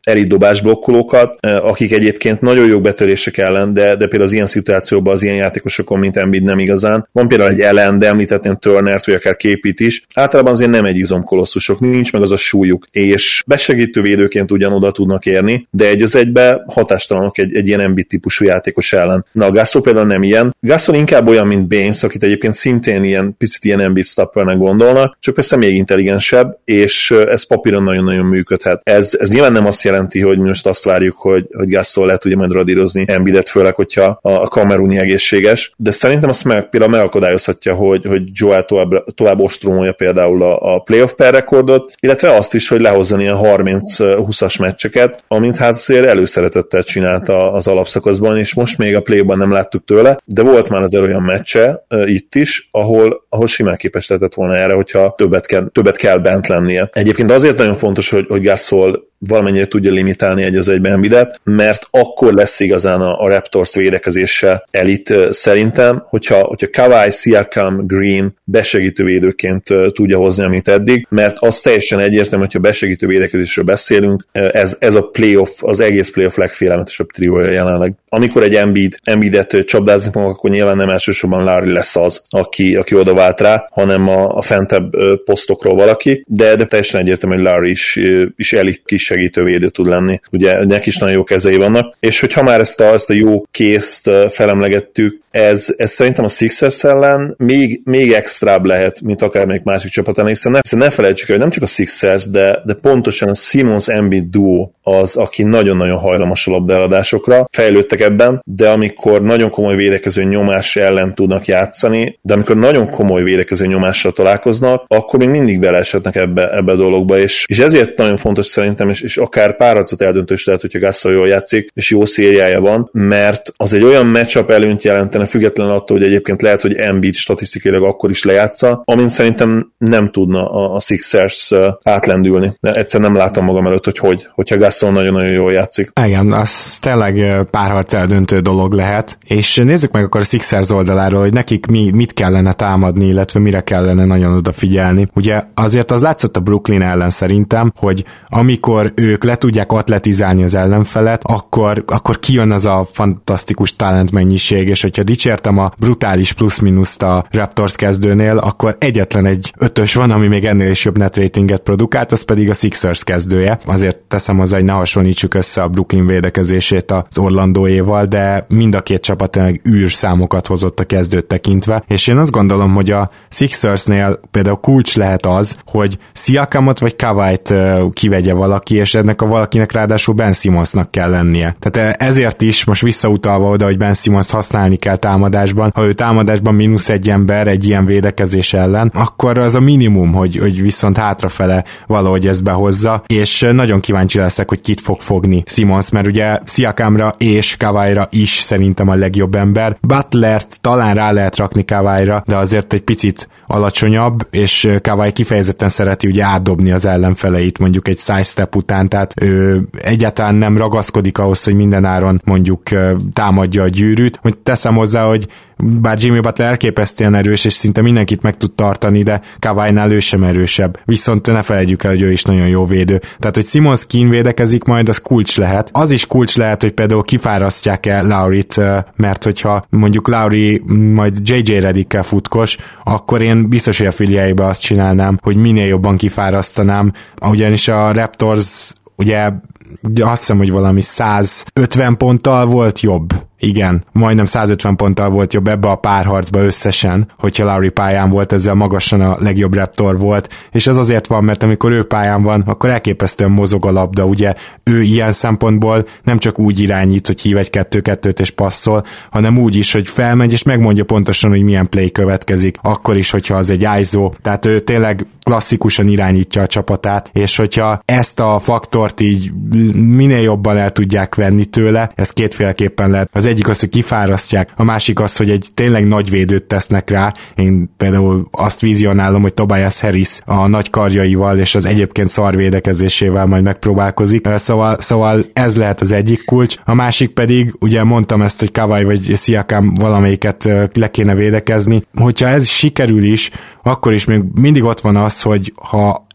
elit dobás blokkolókat, akik egyébként nagyon jók betörések ellen, de, de például az ilyen szituációban az ilyen játékosokon, mint Embiid nem igazán. Van például egy Allen, de említetném Turnert, vagy akár K P-t is. Általában azért nem egy izomkolosszusok, nincs meg az a súlyuk, és besegítő védőként ugyan oda tudnak érni, de egy az egybe hatástalanok egy, egy ilyen Embiid típusú játékos ellen. Na, a Gasol például nem ilyen. Gasol inkább olyan, mint Baines, akit egyébként szintén ilyen picit ilyen Embiid stoppernek gondolnak, csak persze még intelligensebb, és ez papíron nagyon-nagyon működhet. Ez, ez nyilván nem azt jelenti, hogy most azt várjuk, hogy, hogy Gasol le tudja majd radírozni Embiidet, főleg, hogyha a, a kameruni egészséges, de szerintem azt meg, például megakadályozhatja, hogy, hogy Joel tovább, tovább ostromolja például a, a playoff per rekordot, illetve azt is, hogy lehozzon ilyen harminc-húszas meccseket, amint hát azért előszeretettel csinálta az alapszakaszban, és most még a play-ban nem láttuk tőle, de volt már azért olyan meccse uh, itt is, ahol, ahol simán képes lehetett volna erre, hogyha többet kell, többet kell bent lennie. Egyébként azért nagyon fontos, hogy, hogy Gasol valamennyire tudja limitálni egy az egyben Embiidet, mert akkor lesz igazán a, a Raptors védekezése elit szerintem, hogyha, hogyha Kawhi, Siakam, Green besegítő védőként tudja hozni, amit eddig, mert az teljesen egyértelmű, hogyha besegítő védekezésről beszélünk, ez, ez a playoff, az egész playoff legfélelmetesebb triója jelenleg. Amikor egy Embiid, Embiidet csapdázni fognak, akkor nyilván nem elsősorban Lowry lesz az, aki, aki oda vált rá, hanem a, a fentebb posztokról valaki, de, de teljesen egyértelmű, hogy Lowry is, is elit kis segítővédő tud lenni. Ugye neki is nagyon jó kezei vannak, és hogyha már ezt a, ezt a jó készt felemlegettük, ez, ez szerintem a Sixers ellen még, még extrább lehet, mint akármelyik másik csapat ellen, hiszen ne, hiszen ne felejtsük el, hogy nem csak a Sixers, de, de pontosan a Simmons-Embiid duo az, aki nagyon-nagyon hajlamos a labdaeladásokra, fejlődtek ebben, de amikor nagyon komoly védekező nyomás ellen tudnak játszani, de amikor nagyon komoly védekező nyomással találkoznak, akkor még mindig beleeshetnek ebbe, ebbe a dologba, és, és ezért nagyon fontos szerintem, és, és akár párharcot eldöntő is lehet, hogyha Gasol jól játszik, és jó szériája van, mert az egy olyan matchup előnyt jelentene, függetlenül attól, hogy egyébként lehet, hogy Embiid statisztikailag akkor is lejátsza, amint szerintem nem tudna a, a Sixers átlendülni. De egyszer nem látom magam előtt, hogy hogy, hogyha Gasol nagyon-nagyon jól játszik. Igen, az tényleg párharc eldöntő dolog lehet, és nézzük meg akkor a Sixers oldaláról, hogy nekik mi, mit kellene támadni, illetve mire kellene nagyon odafigyelni. Ugye azért az látszott a Brooklyn ellen szerintem, hogy amikor ők le tudják atletizálni az ellenfelet, akkor, akkor kijön az a fantasztikus talentmennyiség, és hogyha dicsértem a brutális plusz-minuszt a Raptors kezdőnél, akkor egyetlen egy ötös van, ami még ennél is jobb net ratinget produkált, az pedig a Sixers kezdője. Azért teszem hozzá, hogy ne hasonlítsuk össze a Brooklyn védekezését az Orlandóéval, de mind a két csapat tényleg űr számokat hozott a kezdőt tekintve, és én azt gondolom, hogy a Sixersnél például kulcs lehet az, hogy Siakamot vagy Kawhit kivegye valaki, és ennek a valakinek ráadásul Ben Simmonsnak kell lennie. Tehát ezért is most visszautalva oda, hogy Ben Simmons használni kell támadásban, ha ő támadásban mínusz egy ember egy ilyen védekezés ellen, akkor az a minimum, hogy, hogy viszont hátrafele valahogy ezt behozza, és nagyon kíváncsi leszek, hogy kit fog fogni Simmons, mert ugye Siakamra és Kawhira is szerintem a legjobb ember. Butlert talán rá lehet rakni Kawhira, de azért egy picit alacsonyabb, és Kawhi kifejezetten szereti ugye átdobni az ellenfeleit mondjuk egy side step után, tehát ő egyáltalán nem ragaszkodik ahhoz, hogy mindenáron mondjuk támadja a gyűrűt. Hogy teszem hozzá, hogy bár Jimmy Butler elképesztően erős, és szinte mindenkit meg tud tartani, de Kawhinál ő sem erősebb. Viszont ne felejtjük el, hogy ő is nagyon jó védő. Tehát, hogy Simmons kín védekezik majd, az kulcs lehet. Az is kulcs lehet, hogy például kifárasztják-e Lowryt, mert hogyha mondjuk Lowry majd jé jé Redickkel futkos, akkor én biztos, hogy a filiáiba azt csinálnám, hogy minél jobban kifárasztanám. Ugyanis a Raptors ugye azt hiszem, hogy valami százötven ponttal volt jobb. Igen, majdnem százötven ponttal volt jobb ebbe a párharcba összesen, hogyha Lowry pályán volt, ezzel magasan a legjobb Raptor volt, és ez azért van, mert amikor ő pályán van, akkor elképesztően mozog a labda, ugye ő ilyen szempontból nem csak úgy irányít, hogy hív egy kettő-kettőt és passzol, hanem úgy is, hogy felmegy, és megmondja pontosan, hogy milyen play következik, akkor is, hogyha az egy i es o, tehát ő tényleg klasszikusan irányítja a csapatát, és hogyha ezt a faktort így minél jobban el tudják venni tőle, ez kétféleképpen lehet. Az egyik az, hogy kifárasztják, a másik az, hogy egy tényleg nagy védőt tesznek rá. Én például azt vizionálom, hogy Tobias Harris a nagy karjaival és az egyébként szar védekezésével majd megpróbálkozik. Szóval, szóval ez lehet az egyik kulcs. A másik pedig, ugye mondtam ezt, hogy Kawhi vagy Siakam valamelyiket le kéne védekezni. Hogyha ez sikerül is, akkor is még mindig ott van az, hogy ha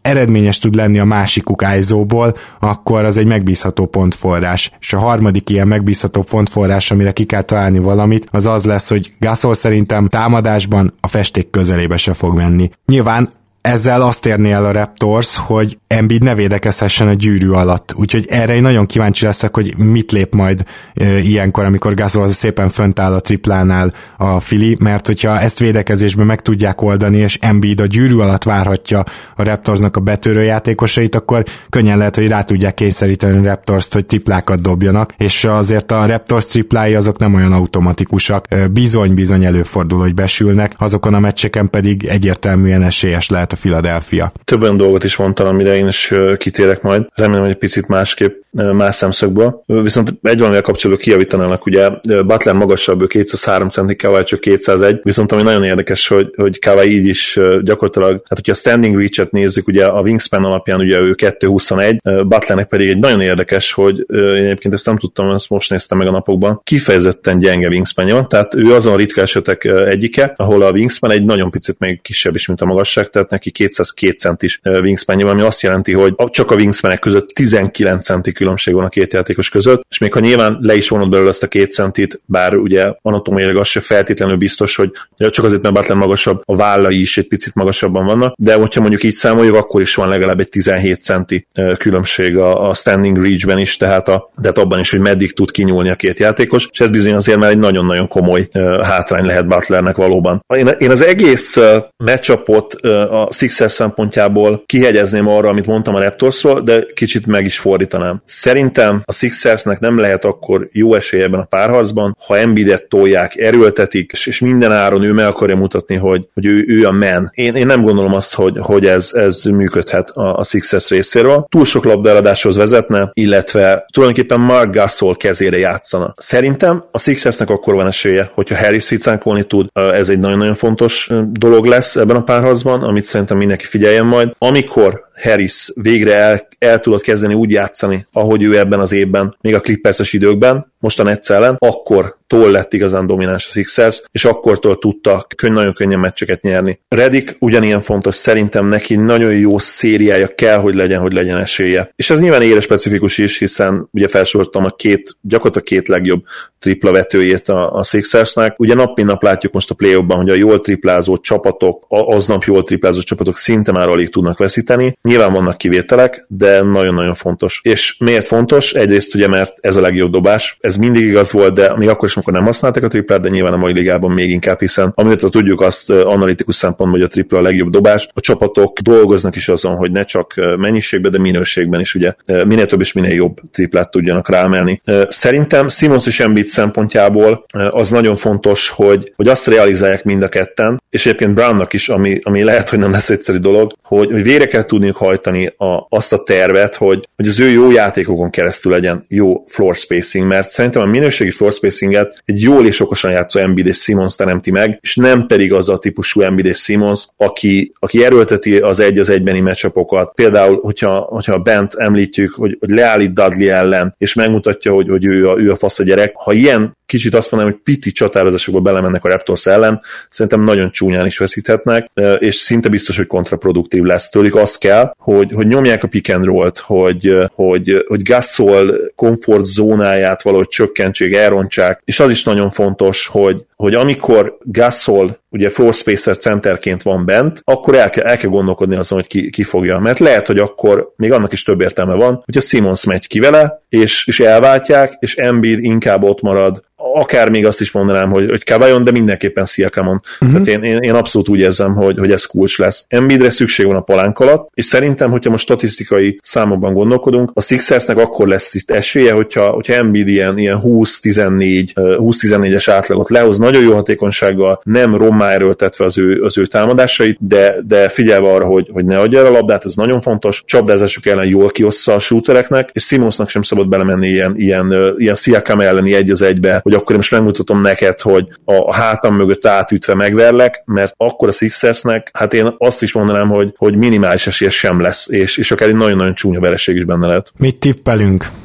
eredményes tud lenni a másikuk ájzóból, akkor az egy megbízható pontforrás. És a harmadik ilyen megbízható pontforrás, amire ki kell találni valamit, az az lesz, hogy Gasol szerintem támadásban a festék közelébe se fog menni. Nyilván ezzel azt érné el a Raptors, hogy Embiid ne védekezhessen a gyűrű alatt. Úgyhogy erre én nagyon kíváncsi leszek, hogy mit lép majd e, ilyenkor, amikor Gasol szépen fönt áll a triplánál a Philly, mert hogyha ezt védekezésben meg tudják oldani, és Embiid a gyűrű alatt várhatja a Raptorsnak a betörő játékosait, akkor könnyen lehet, hogy rá tudják kényszeríteni a Raptorst, hogy triplákat dobjanak, és azért a Raptors triplái azok nem olyan automatikusak. Bizony-bizony előfordul, hogy besülnek, azokon a meccseken pedig egyértelműen esélyes lehet a Philadelphia. Több olyan dolgot is mondtam, amire én is kitérek majd. Remélem, hogy egy picit másképp, más szemszögből. Viszont egy valamivel kapcsolatban kijavítanának, ugye Butler magasabb, ő kétszázhárom centi, Kawhi csak kétszázegy, viszont ami nagyon érdekes, hogy, hogy Kawhi így is gyakorlatilag, tehát hogyha a standing reach-et nézzük, ugye a wingspan alapján ugye ő kettő huszonegy, Butlernek pedig egy nagyon érdekes, hogy én egyébként ezt nem tudtam, ezt most néztem meg a napokban, kifejezetten gyenge wingspanja van, tehát ő azon a ritka esetek egyike, ahol a wingspan egy nagyon picit még kisebb is, mint a magasság, tehát neki kétszázkettő centis wingspanja van, ami azt jelenti, hogy csak a wingspanek között tizenkilenc centi különbség van a két játékos között, és még ha nyilván le is vonod belőle ezt a két centit, bár ugye anatómiailag az se feltétlenül biztos, hogy csak azért, mert Butler magasabb, a vállai is egy picit magasabban vannak, de hogyha mondjuk így számoljuk, akkor is van legalább egy tizenhét centi különbség a, a standing reach-ben is, tehát, a, tehát abban is, hogy meddig tud kinyúlni a két játékos, és ez bizony azért már egy nagyon-nagyon komoly uh, hátrány lehet Butlernek valóban. Én, én az egész uh, matchupot uh, a Sixers szempontjából kihegyezném arra, amit mondtam a Raptorsról, de kicsit meg is fordítanám. Szerintem a Sixersnek nem lehet akkor jó esély ebben a párharcban, ha Embiidet tolják, erőltetik, és, és minden áron ő meg akarja mutatni, hogy, hogy ő, ő a man. Én, én nem gondolom azt, hogy, hogy ez, ez működhet a, a Sixers részéről. Túl sok labdaeladáshoz vezetne, illetve tulajdonképpen Marc Gasol kezére játszana. Szerintem a Sixersnek akkor van esélye, hogyha Harris ficánkolni tud, ez egy nagyon-nagyon fontos dolog lesz ebben a párharcban, amit szerintem mindenki figyeljen majd. Amikor Harris végre el, el tudott kezdeni úgy játszani, ahogy ő ebben az évben, még a Clippers-es időkben, most a Nets ellen, akkor tól lett igazán domináns a Sixers, és akkortól tudtak könny- nagyon könnyen meccseket nyerni. Redick ugyanilyen fontos, szerintem neki nagyon jó szériája kell, hogy legyen, hogy legyen esélye. És ez nyilván ére specifikus is, hiszen ugye felsoroltam a két, gyakorlatilag két legjobb tripla vetőjét a, a Sixersnek. Ugye nap mint nap látjuk most a play-offban, hogy a jól triplázó csapatok, aznap jól triplázó csapatok szinte már alig tudnak veszíteni. Nyilván vannak kivételek, de nagyon-nagyon fontos. És miért fontos? Egyrészt ugye, mert ez a legjobb dobás. Ez mindig igaz volt, de még akkor is, amikor nem használták a triplát, de nyilván a mai ligában még inkább, hiszen amit tudjuk azt analitikus szempontból, hogy a tripla a legjobb dobás. A csapatok dolgoznak is azon, hogy ne csak mennyiségben, de minőségben is ugye minél több és minél jobb triplát tudjanak ráemelni. Szerintem Simmons és Embiid szempontjából az nagyon fontos, hogy, hogy azt realizálják mind a ketten, és egyébként Brownnak is, ami, ami lehet, hogy nem lesz egyszerű dolog, hogy, hogy végre kell tudniuk hajtani a, azt a tervet, hogy, hogy az ő jó játékokon keresztül legyen jó floor spacing, mert szerintem a minőségi floor spacinget egy jól és okosan játszó Embiid és Simmons teremti meg, és nem pedig az a típusú Embiid és Simmons, aki, aki erőlteti az egy az egybeni matchupokat. Például, hogyha, hogyha Bent említjük, hogy, hogy leállít Dudley ellen, és megmutatja, hogy, hogy ő, a, ő a fasz a gyerek. Ha ilyen kicsit azt mondanám, hogy piti csatározásokba belemennek a Raptors ellen, szerintem nagyon csúnyán is veszíthetnek, és szinte biztos, hogy kontraproduktív lesz tőlük. Az kell, hogy, hogy nyomják a pick and roll-t, hogy, hogy, hogy Gasol komfort zónáját valahogy csökkentsék, elrontsák, és az is nagyon fontos, hogy, hogy amikor Gasol ugye floor spacer centerként van bent, akkor el kell, el kell gondolkodni azon, hogy ki, ki fogja. Mert lehet, hogy akkor még annak is több értelme van, hogyha Simmons megy ki vele, és, és elváltják, és Embiid inkább ott marad, akár még azt is mondanám, hogy, hogy Kawhi-on, de mindenképpen Siakamon. Uh-huh. Tehát én, én, én abszolút úgy érzem, hogy, hogy ez kulcs lesz. Embiidre szükség van a palánk alatt, és szerintem, hogyha most statisztikai számokban gondolkodunk, a Sixersnek akkor lesz itt esélye, hogyha, hogyha Embiid ilyen, ilyen húsz tizennégy, húsz tizennégyes átlagot lehoz, nagyon jó hatékonysággal, nem rommá erőltetve az ő, az ő támadásait, de, de figyelve arra, hogy, hogy ne adja el a labdát, ez nagyon fontos. Csapdázások ellen jól kiossza a shootereknek, és Simmonsnak sem szabad belemenni ilyen, ilyen, ilyen Siakam elleni egy az egybe, hogy akkor én most megmutatom neked, hogy a hátam mögött átütve megverlek, mert akkor a Sixersnek, hát én azt is mondanám, hogy, hogy minimális esélye sem lesz, és, és akár egy nagyon-nagyon csúnya vereség is benne lehet. Mit tippelünk?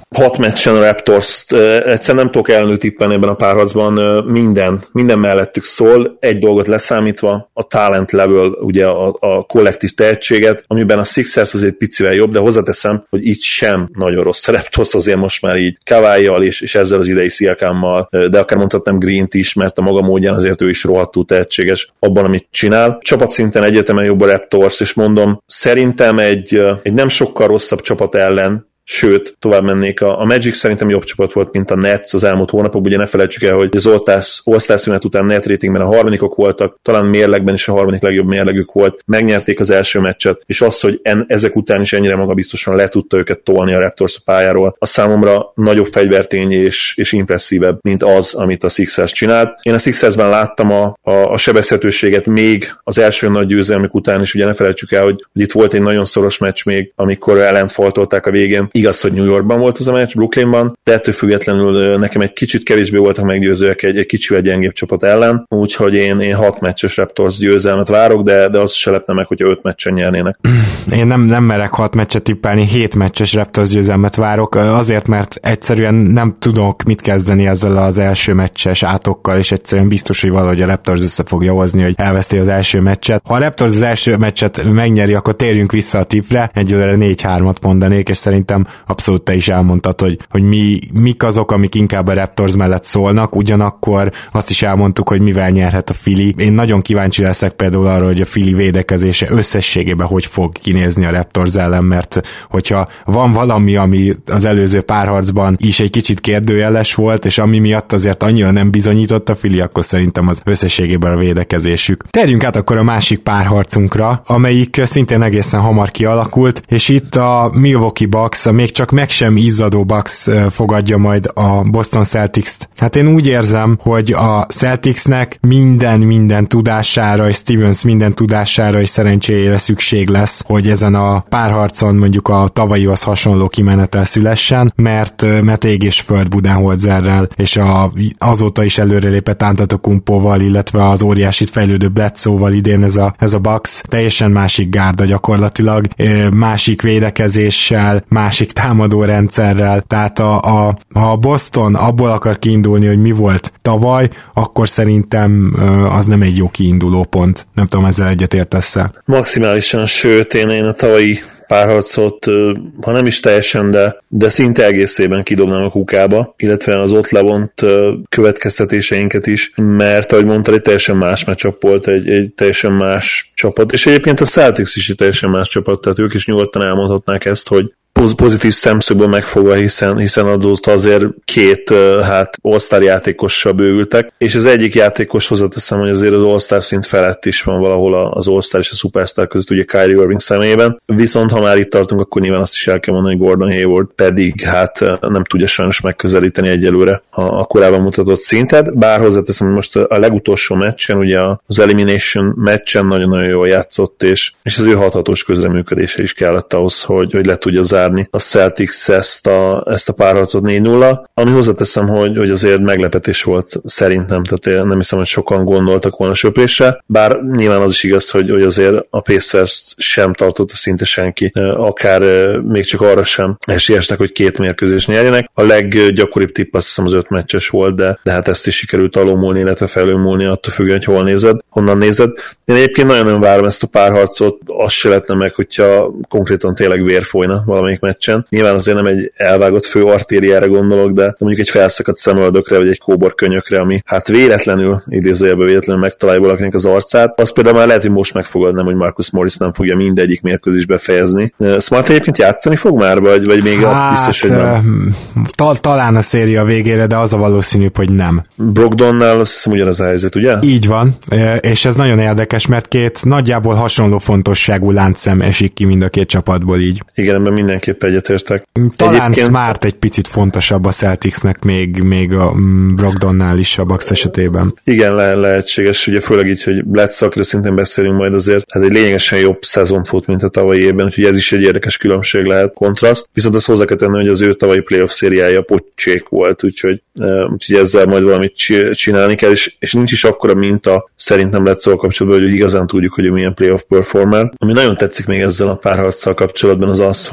hat meccsen a Raptors-t egyszerűen nem tudok ellenül tippelni ebben a párharcban, minden, minden mellettük szól, egy dolgot leszámítva, a talent level, ugye a, a kollektív tehetséget, amiben a Sixers azért picivel jobb, de hozzáteszem, hogy itt sem nagyon rossz a Raptors, azért most már így Kawhi-jal és, és ezzel az idei Siakammal, de akár mondhatnám Greent is, mert a maga módján azért ő is rohadtul tehetséges abban, amit csinál. Csapatszinten egyetemen jobb a Raptors, és mondom, szerintem egy, egy nem sokkal rosszabb csapat ellen, sőt, tovább mennék, a, a Magic szerintem jobb csapat volt, mint a Nets az elmúlt hónapokban, ugye ne felejtsük el, hogy az All-Star szünet után net ratingben a harmadikok voltak, talán mérlegben is a harmadik legjobb mérlegük volt, megnyerték az első meccset, és az, hogy en, ezek után is ennyire magabiztosan le tudta őket tolni a Raptors a pályáról, a számomra nagyobb fegyvertény és, és impresszívebb, mint az, amit a Sixers csinált. Én a Sixersben láttam a, a, a sebezhetőséget még az első nagy győzelmük után is, ugye ne felejtsük el, hogy, hogy itt volt egy nagyon szoros meccs még, amikor ellent faltolták a végén. Igaz, hogy New Yorkban volt az a meccs, Brooklynban, de ettől függetlenül nekem egy kicsit kevésbé voltak meggyőzőek egy, egy kicsivel gyengébb csapat ellen, úgyhogy én, én hat meccses Raptors győzelmet várok, de, de az se lepne meg, hogyha öt meccsen nyernének. Én nem, nem merek hat meccset tippelni, hét meccses Raptors győzelmet várok, azért, mert egyszerűen nem tudok mit kezdeni ezzel az első meccses átokkal, és egyszerűen biztos, hogy valahogy a Raptors össze fogja hozni, hogy elveszti az első meccset. Ha a Raptors az első meccset megnyeri, akkor térjünk vissza a tippre, egyelőre négy hármat mondanék, és szerintem abszolút te is elmondtad, hogy, hogy mi, mik azok, amik inkább a Raptors mellett szólnak, ugyanakkor azt is elmondtuk, hogy mivel nyerhet a Philly. Én nagyon kíváncsi leszek például arra, hogy a Philly védekezése összességében hogy fog kinézni a Raptors ellen, mert hogyha van valami, ami az előző párharcban is egy kicsit kérdőjeles volt, és ami miatt azért annyira nem bizonyított a Philly, akkor szerintem az összességében a védekezésük. Terjünk át akkor a másik párharcunkra, amelyik szintén egészen hamar kialakult, és itt a Milwaukee Bucks, a még csak meg sem izzadó Bucks fogadja majd a Boston Celtics-t. Hát én úgy érzem, hogy a Celticsnek minden, minden tudására, és Stevens minden tudására és szerencséjére szükség lesz, hogy ezen a párharcon mondjuk a tavalyihoz hasonló kimenetel szülessen, mert, mert ég és föld Budenholzerrel, és a, azóta is előrelépett Antetokounmpoval, illetve az óriásit fejlődő Bledsoe-val idén ez a, ez a Bucks teljesen másik gárda gyakorlatilag, másik védekezéssel, másik támadó rendszerrel, tehát a, a, ha a Boston abból akar kiindulni, hogy mi volt tavaly, akkor szerintem az nem egy jó kiinduló pont. Nem tudom, ezzel egyetértesz-e? Maximálisan, sőt, én, én a tavalyi párharcot, ha nem is teljesen, de, de szinte egészében kidobnám a kukába, illetve az ott levont következtetéseinket is, mert ahogy mondtad, egy teljesen más matchup volt, egy, egy teljesen más csapat, és egyébként a Celtics is egy teljesen más csapat, tehát ők is nyugodtan elmondhatnák ezt, hogy pozitív szemszögből megfogva, hiszen, hiszen azóta azért két hát All-Star játékossal bővültek, és az egyik játékos hozzáteszem, hogy azért az All-Star szint felett is van valahol az All-Star és a Superstar között, ugye Kyrie Irving személyében, viszont ha már itt tartunk, akkor nyilván azt is el kell mondani, hogy Gordon Hayward pedig hát nem tudja sajnos megközelíteni egyelőre a, a korábban mutatott szintet, bár hozzáteszem, hogy most a legutolsó meccsen, ugye az Elimination meccsen nagyon-nagyon jól játszott, és, és az ő hathatós közreműködése is kellett ahhoz, hogy, hogy le tudja zárni a Celtics ezt a, ezt a párharcot négy nulla, ami hozzáteszem, hogy, hogy azért meglepetés volt szerintem, tehát nem hiszem, hogy sokan gondoltak volna söprésre, bár nyilván az is igaz, hogy, hogy azért a Pacers sem tartotta szinte senki, akár még csak arra sem esélyesnek, hogy két mérkőzést nyerjenek. A leggyakoribb tipp azt hiszem az öt meccses volt, de, de hát ezt is sikerült alulmúlni, illetve felülmúlni, attól függően, hogy hol nézed, honnan nézed. Én egyébként nagyon-nagyon várom ezt a párharcot, azt se lehetne meg, hogyha konkrétan tényleg vér folyna valamelyik meccsen. Nyilván azért nem egy elvágott fő artériára gondolok, de mondjuk egy felszakadt szemöldökre, vagy egy kóborkönyökre, ami hát véletlenül, idézőjelbe véletlenül megtalálja valakinek az arcát. Azt például már lehet, hogy most megfogadnám, hogy Marcus Morris nem fogja mindegyik mérkőzést befejezni. Smart egyébként játszani fog már, vagy, vagy még hát, biztos, hogy nem? Tal- talán a széria végére, de az a valószínűbb, hogy nem. Brogdonnál azt hiszem ugyanaz a helyzet, ugye? Így van, és ez nagyon érdekes, mert két nagyjából hasonló fontosságú láncszem esik ki mind a két csapatból így. Igen, ebben mindenképp egyetértek. Talán egyébként Smart egy picit fontosabb a Celticsnek még, még a Brogdonnál is a Bucks esetében. Igen, le- lehetséges, ugye főleg így, hogy Bledsoe-kről szintén beszélünk majd azért, ez egy lényegesen jobb szezon fut, mint a tavalyi évben, úgyhogy ez is egy érdekes különbség lehet, kontraszt. Viszont azt hozzá kell tenni, hogy az ő tavalyi playoff szériája pocsék volt, úgyhogy, úgyhogy ezzel majd valamit csinálni kell, és, és nincs is akkora minta szerintem Bledsoe kapcsolatban, hogy igazán tudjuk, hogy ő milyen playoff performer. Ami nagyon tetszik még ezzel a párharccal kapcsolatban az az, hogy a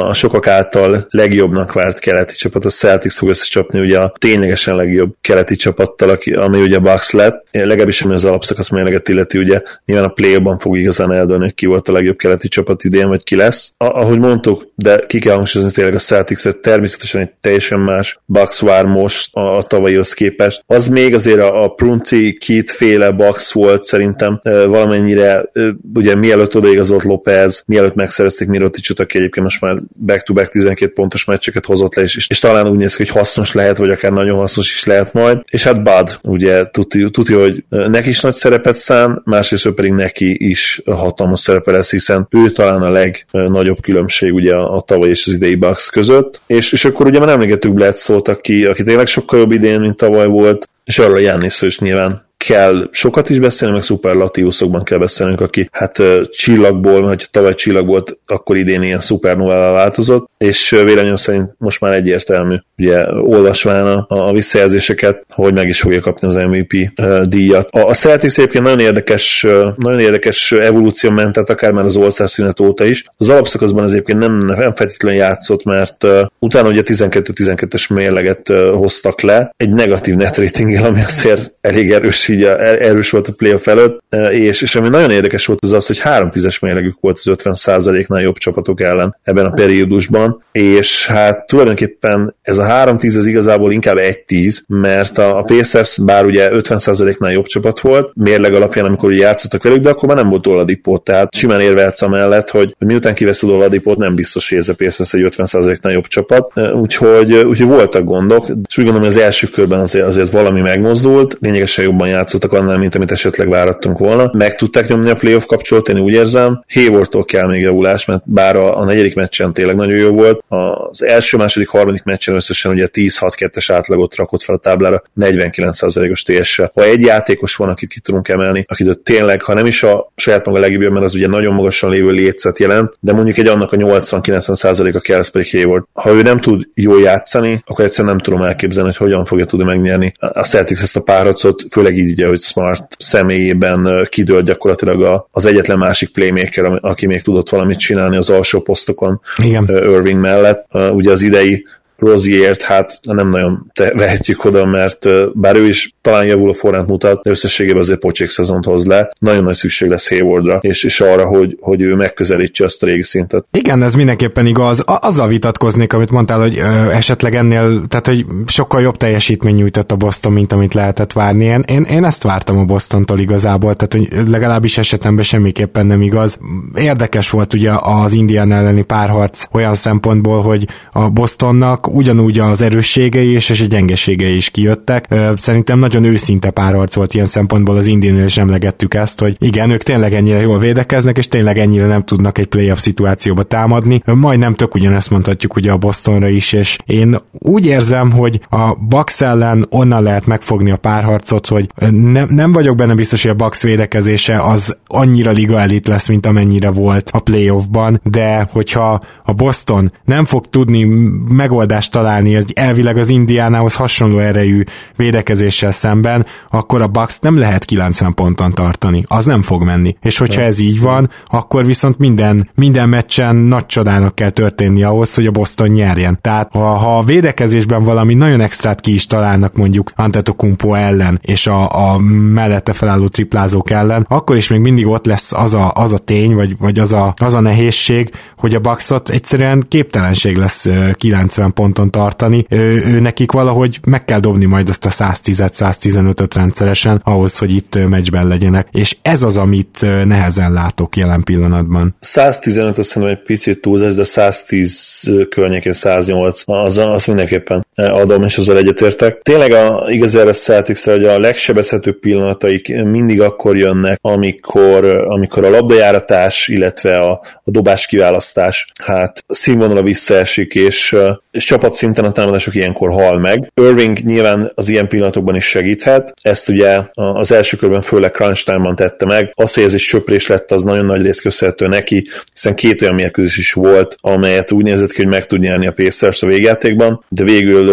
a sokak által legjobbnak várt keleti csapat, a Celtics fog összecsapni ugye a ténylegesen legjobb keleti csapattal, ami ugye Bucks lett, legalábbis ami az alapszakasz mérleget illeti, ugye nyilván a play-ban fog igazán eldönni, hogy ki volt a legjobb keleti csapat idén, vagy ki lesz. Ahogy mondtuk, de ki kell hangsúlyozni tényleg a Celtics-et, természetesen egy teljesen más Bucks vár most a, a tavalyihoz képest. Az még azért a, a Prunty kétféle Bucks volt szerintem valamennyire, ugye mielőtt odaigazolt Lopez, mielőtt megszerezték Miroticsot, aki egyébként most már back-to-back tizenkét pontos meccseket hozott le, és, és, és talán úgy néz ki, hogy hasznos lehet, vagy akár nagyon hasznos is lehet majd. És hát Bud, ugye tudja, hogy neki is nagy szerepet szán, másrészt pedig neki is hatalmas szerepe lesz, hiszen ő talán a legnagyobb különbség ugye a, a tavaly és az idei Bucks között. És, és akkor ugye már emlékeztük Bledsoe-t, aki, aki tényleg sokkal jobb idén, mint tavaly volt, és arról a Giannisról is nyilván kell sokat is beszélni, meg szuperlatívuszokban kell beszélnünk, aki hát csillagból, hogyha tavaly csillag volt, akkor idén ilyen szupernovává változott, és véleményem szerint most már egyértelmű, ugye olvasván a, a visszajelzéseket, hogy meg is fogja kapni az em vé pé díjat. A, a Celtics egyébként nagyon érdekes, nagyon érdekes evolúció ment, tehát akár már az All-Star szünet óta is. Az alapszakaszban az egyébként nem, nem feltétlenül játszott, mert uh, utána ugye tizenkettő tizenkettes mérleget uh, hoztak le, egy negatív net ratinggel, ami azért elég erős, így a, erős volt a playoff előtt, uh, és, és ami nagyon érdekes volt az az, hogy három tízes mérlegük volt az ötven százaléknál jobb csapatok ellen ebben a periódusban, és hát tulajdonképpen ez a három tíz az igazából inkább egy tíz, mert a, a Pacers bár ugye ötven százaléknál jobb csapat volt, mérleg alapján, amikor ugye játszottak velük, de akkor már nem volt Oladipo, tehát simán érvehetsz amellett, hogy, hogy miután kiveszed Oladipót, nem biztos, hogy ez a Pacers egy ötven százaléknál jobb csapat, úgyhogy, úgyhogy voltak gondok, és úgy gondolom, hogy az első körben azért, azért valami megmozdult, lényegesen jobban játszottak annál, mint amit esetleg várattunk volna. Meg tudták nyomni a playoff kapcsolatot, én úgy érzem. Haywardtól kell még javulás, mert bár a, a negyedik meccsen tényleg nagyon jó volt, az első, második, harmadik meccsen összesen ugye tíz hat kettes átlagot rakott fel a táblára, negyvenkilenc százalékos té es-sel. Ha egy játékos van, akit ki tudunk emelni, akit tényleg, ha nem is a saját maga legjobb, mert az ugye nagyon magasan lévő létszet jelent, de mondjuk egy annak a nyolcvan-kilencven százaléka kell, ez pedig Hayward. Ha ő nem tud jól játszani, akkor egyszerűen nem tudom elképzelni, hogy hogyan fogja tudni megnyerni a Celtics ezt a párharcot, főleg így ugye, hogy Smart személyében kidőlt gyakorlatilag az egyetlen másik playmaker, aki még tudott valamit csinálni az alsó posztokon. Igen. Irving mellett. Ugye az idei Roziert, hát nem nagyon vehetjük oda, mert bár ő is talán javuló forránt mutat, de összességében azért pocsék szezont hoz le. Nagyon nagy szükség lesz Haywardra, és, és arra, hogy, hogy ő megközelítse azt a régi szintet. Igen, ez mindenképpen igaz. Azzal vitatkoznék, amit mondtál, hogy ö, esetleg ennél, tehát hogy sokkal jobb teljesítmény nyújtott a Boston, mint amit lehetett várni. Én, én, én ezt vártam a Bostontól igazából, tehát hogy legalábbis esetemben semmiképpen nem igaz. Érdekes volt ugye az Indiana elleni párharc olyan szempontból, hogy a Bostonnak ugyanúgy az erősségei és a gyengeségei is kijöttek. Szerintem nagyon őszinte párharc volt ilyen szempontból, az Indiánél is emlegettük ezt, hogy igen, ők tényleg ennyire jól védekeznek, és tényleg ennyire nem tudnak egy playoff szituációba támadni. Majdnem tök ugyanezt mondhatjuk ugye a Bostonra is, és én úgy érzem, hogy a Bucks ellen onnan lehet megfogni a párharcot, hogy nem, nem vagyok benne biztos, hogy a Bucks védekezése az annyira liga elit lesz, mint amennyire volt a playoffban, de hogyha a Boston nem fog tudni megoldást találni, hogy elvileg az Indiánához hasonló erejű védekezéssel szemben, akkor a Bucks nem lehet kilencven ponton tartani. Az nem fog menni. És hogyha ez így van, akkor viszont minden, minden meccsen nagy csodának kell történni ahhoz, hogy a Boston nyerjen. Tehát ha, ha a védekezésben valami nagyon extrát ki is találnak mondjuk Antetokounmpo ellen, és a, a mellette felálló triplázók ellen, akkor is még mindig ott lesz az a, az a tény, vagy, vagy az, a, az a nehézség, hogy a Bucksot egyszerűen képtelenség lesz kilencven ponton tartani. Ő, ő nekik valahogy meg kell dobni majd azt a száztíz-száztizenötöt rendszeresen ahhoz, hogy itt meccsben legyenek. És ez az, amit nehezen látok jelen pillanatban. száztizenöt azt szerintem egy picit túlzás, de száztíz környékén száznyolc, az, az mindenképpen adom, és azzal egyetértek. Tényleg a, igaz erre a Celticsre, hogy a legsebezhetőbb pillanataik mindig akkor jönnek, amikor, amikor a labdajáratás, illetve a, a dobás kiválasztás, hát színvonala visszaesik, és, és csapatszinten a támadások ilyenkor hal meg. Irving nyilván az ilyen pillanatokban is segíthet, ezt ugye az első körben főleg crunch time-ban tette meg. Az, hogy ez egy söprés lett, az nagyon nagy rész köszönhető neki, hiszen két olyan mérkőzés is volt, amelyet úgy nézett ki, hogy meg tud nyerni a Pacers a végjátékban, de végül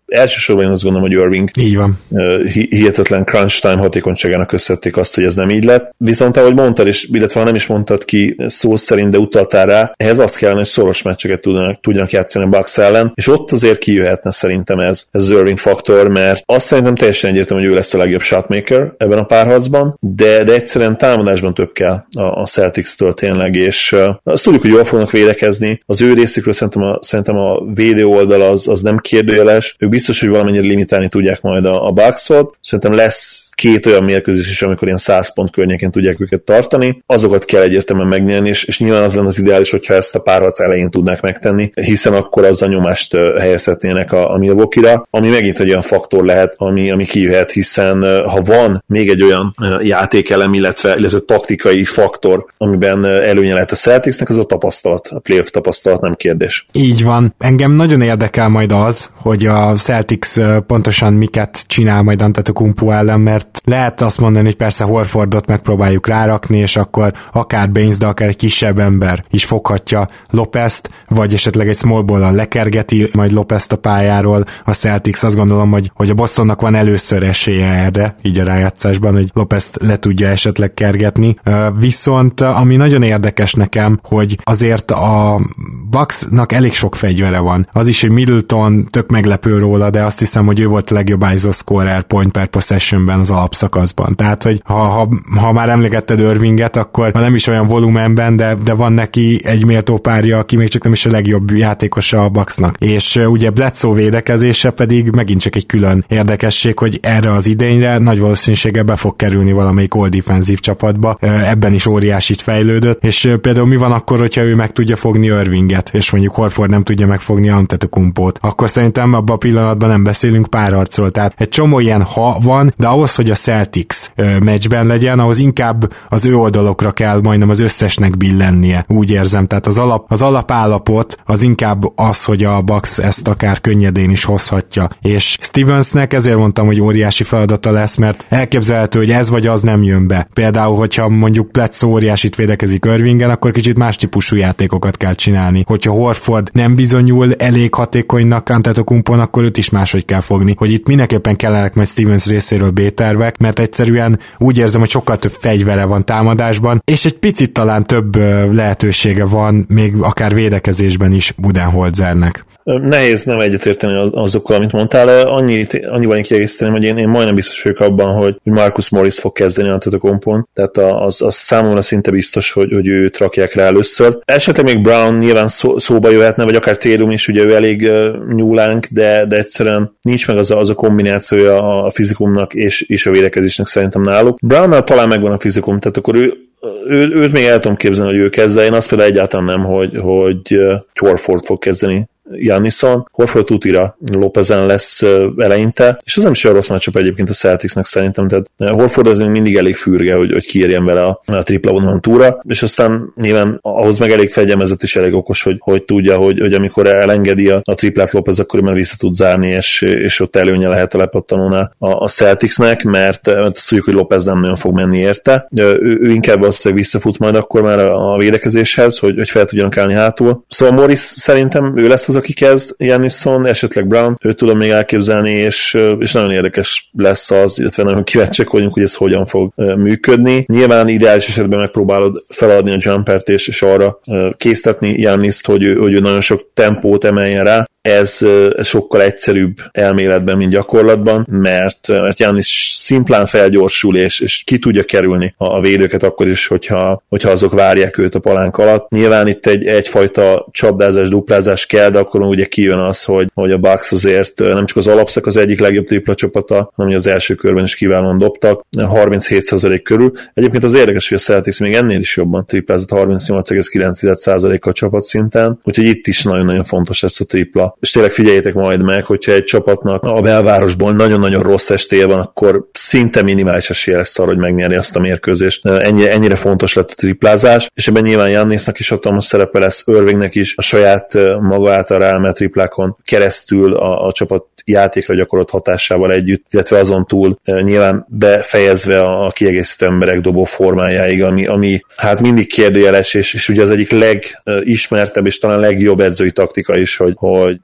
elsősorban én azt gondolom, hogy Irving így van. Hihetetlen crunch time hatékonyságának köszönték azt, hogy ez nem így lett. Viszont ahogy mondtad, és illetve nem is mondtad ki szó szerint, de utaltál rá, ehhez az kellene, hogy szoros meccseket tudjanak, tudjanak játszani a Bucks ellen, és ott azért kijöhetne szerintem ez, ez az Irving faktor, mert azt szerintem teljesen egyértelmű, hogy ő lesz a legjobb shotmaker ebben a párharcban, de, de egyszerűen támadásban több kell a, a Celtics-től tényleg, és uh, azt tudjuk, hogy jól fognak védekezni. Az ő részükről szerintem a, szerintem a védő oldal az, az nem kérdőjeles. Ők biztos, hogy valamennyire limitálni tudják majd a, a Bucks-ot. Szerintem lesz két olyan mérkőzés is, amikor ilyen száz pont környékén tudják őket tartani. Azokat kell egyértelműen megnyerni, és, és nyilván az lenne az ideális, hogyha ezt a párharc elején tudnák megtenni, hiszen akkor az a nyomást helyezhetnének a, a Milwaukee-ra, ami megint egy olyan faktor lehet, ami, ami kijöhet, hiszen ha van még egy olyan játékelem, illetve, illetve taktikai faktor, amiben előnye lehet a Celticsnek, az a tapasztalat, a playoff tapasztalat, nem kérdés. Így van. Engem nagyon érdekel majd az, hogy a Celtics pontosan miket csinál majd Antetokounmpo ellen, mert lehet azt mondani, hogy persze Horfordot megpróbáljuk rárakni, és akkor akár Baines, de akár egy kisebb ember is foghatja Lopezt, vagy esetleg egy small ball-al lekergeti majd Lopezt a pályáról. A Celtics azt gondolom, hogy, hogy a Bostonnak van először esélye erre, így a rájátszásban, hogy Lopezt le tudja esetleg kergetni. Viszont ami nagyon érdekes nekem, hogy azért a Bucksnak elég sok fegyvere van. Az is, hogy Middleton tök meglepő róla, de azt hiszem, hogy ő volt a legjobb I S O scorer point per possessionben az alapszakaszban. Tehát, hogy ha, ha, ha már emlegetted Irvinget, akkor ha nem is olyan volumenben, de, de van neki egy méltó párja, aki még csak nem is a legjobb játékosa a Bucksnak. És uh, ugye Bledsoe védekezése pedig megint csak egy külön érdekesség, hogy erre az idényre nagy valószínűséggel be fog kerülni valamelyik all-defensív csapatba. Uh, ebben is óriásit fejlődött, és uh, például mi van akkor, hogyha ő meg tudja fogni Irvinget, és mondjuk Horford nem tudja megfogni Antetokounmpót, akkor szerintem abban a pillanatban nem beszélünk párharcról. Tehát egy csomó ilyen ha van, de ahhoz, hogy a Celtics uh, meccsben legyen, ahhoz inkább az ő oldalokra kell majdnem az összesnek billennie. Úgy érzem, tehát az, alap, az alapállapot az inkább az, hogy a Bucks ezt akár könnyedén is hozhatja. És Stevensnek ezért mondtam, hogy óriási feladata lesz, mert elképzelhető, hogy ez vagy az nem jön be. Például, hogyha mondjuk Bledsoe óriásit védekezik Irvingen, akkor kicsit más típusú játékokat kell csinálni. Hogyha Horford nem bizonyul elég hatékonynak Antetokounmpon, akkor őt is máshogy kell fogni. Hogy itt mindenképpen kellenek majd Stevens részéről B-tervek, mert egyszerűen úgy érzem, hogy sokkal több fegyvere van támadásban, és egy picit talán több lehetősége van, még akár védekezésben is Budenholzernek. Nehéz nem egyetérteni azokkal, amit mondtál. Annyit, annyival én kiegészíteném, hogy én, én majdnem biztos vagyok abban, hogy Marcus Morris fog kezdeni Antetokounmpon, tehát az, az számomra szinte biztos, hogy, hogy őt rakják rá először. Esetleg még Brown nyilván szó, szóba jöhetne, vagy akár Tatum is, ugye ő elég uh, nyúlánk, de, de egyszerűen nincs meg az a, az a kombinációja a fizikumnak és, és a védekezésnek szerintem náluk. Brownnál talán megvan a fizikum, tehát akkor ő Ő, őt még el tudom képzelni, hogy ő kezd, én azt például egyáltalán nem, hogy, hogy Horford fog kezdeni Giannison, Horford tutira Lopezen lesz eleinte, és az nem is olyan rossz matchup egyébként a Celticsnek szerintem, tehát Horford az mindig elég fürge, hogy, hogy kiérjen vele a, a tripla vonalon túra, és aztán nyilván ahhoz meg elég fegyelmezett és elég okos, hogy, hogy tudja, hogy, hogy amikor elengedi a, a triplát Lopez, akkor már vissza tud zárni, és, és ott előnye lehet a lepattanónál a, a Celticsnek, mert, mert azt tudjuk, hogy Lopez nem nagyon fog menni érte. Ő, ő inkább valószínűleg visszafut majd akkor már a, a védekezéshez, hogy, hogy fel tudjanak állni hátul. Szóval Morris szerintem ő lesz az, aki kezd, Giannison, esetleg Brown, őt tudom még elképzelni, és, és nagyon érdekes lesz az, illetve nagyon kíváncsiak vagyunk, hogy ez hogyan fog működni. Nyilván ideális esetben megpróbálod feladni a jumpert, és, és arra késztetni Giannist, hogy ő, hogy ő nagyon sok tempót emeljen rá. Ez, ez sokkal egyszerűbb elméletben, mint gyakorlatban, mert, mert Giannis szimplán felgyorsul, és, és ki tudja kerülni a, a védőket akkor is, hogyha, hogyha azok várják őt a palánk alatt. Nyilván itt egy, egyfajta csapdázás, duplázás kell, de akkor ugye kijön az, hogy, hogy a Bucks azért nem csak az alapszak az egyik legjobb tripla csapata, hanem az első körben is kiválóan dobtak, harminchét százalék körül. Egyébként az érdekes, hogy a Celtics még ennél is jobban triplázott, harmincnyolc egész kilenc százalékkal csapatszinten, úgyhogy itt is nagyon-nagyon fontos lesz a tripla. És tényleg figyeljétek majd meg, hogyha egy csapatnak a belvárosból nagyon-nagyon rossz estéje van, akkor szinte minimális esélye lesz arra, hogy megnyeri azt a mérkőzést. Ennyire, ennyire fontos lett a triplázás, és ebben nyilván Giannisnak is hatalmas szerepe lesz, Irvingnek is a saját maga által ráemelt triplákon keresztül a, a csapat játékra gyakorolt hatásával együtt, illetve azon túl nyilván befejezve a kiegészítő emberek dobó formájáig, ami, ami hát mindig kérdőjeles, és, és ugye az egyik legismertebb és talán legjobb edzői taktika is, hogy, hogy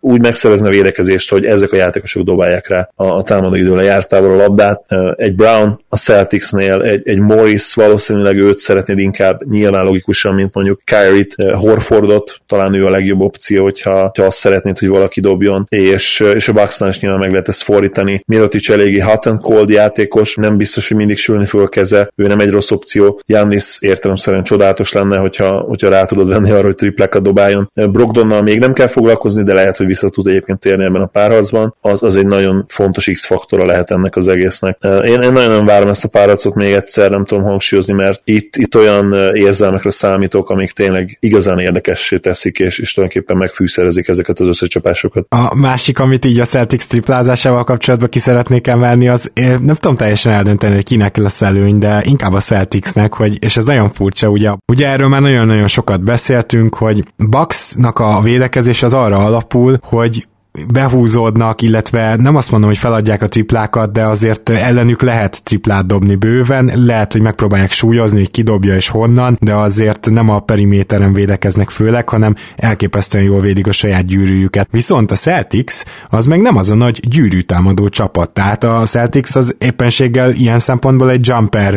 úgy megszerezni a védekezést, hogy ezek a játékosok dobálják rá a, a támadó idő lejártával a labdát. Egy Brown a Celticsnél, egy, egy Morris, valószínűleg őt szeretnéd inkább nyilván logikusan, mint mondjuk Kyrie-t, Horfordot, talán ő a legjobb opció, hogyha, hogyha azt szeretnéd, hogy valaki dobjon, és, és a Bucksnál is nyilván meg lehet ezt fordítani. Mirotic eléggé hot and cold játékos, nem biztos, hogy mindig sülni fog a keze, ő nem egy rossz opció. Giannis értelemszerűen csodálatos lenne, hogyha, hogyha rá tudod venni arra, hogy triplákat dobáljon. Brogdonnal még nem kell foglalkozni, de lehet, hogy vissza tud egyébként térni ebben a párharcban. Az, az egy nagyon fontos X-faktora lehet ennek az egésznek. Én, én nagyon várom ezt a párharcot még egyszer, nem tudom hangsúlyozni, mert itt, itt olyan érzelmekre számítok, amik tényleg igazán érdekessé teszik, és, és tulajdonképpen megfűszerezik ezeket az összecsapásokat. A másik, amit így a Celtics triplázásával kapcsolatban ki szeretnék emelni, az nem tudom teljesen eldönteni, hogy kinek lesz előny, de inkább a Celticsnek, hogy, és ez nagyon furcsa, ugye, ugye erről már nagyon-nagyon sokat beszéltünk, hogy Bucksnak a védekezés az arra alapul, hogy behúzódnak, illetve nem azt mondom, hogy feladják a triplákat, de azért ellenük lehet triplát dobni bőven, lehet, hogy megpróbálják súlyozni, hogy ki dobja és honnan, de azért nem a periméteren védekeznek főleg, hanem elképesztően jól védik a saját gyűrűjüket. Viszont a Celtics az meg nem az a nagy gyűrűtámadó csapat, tehát a Celtics az éppenséggel ilyen szempontból egy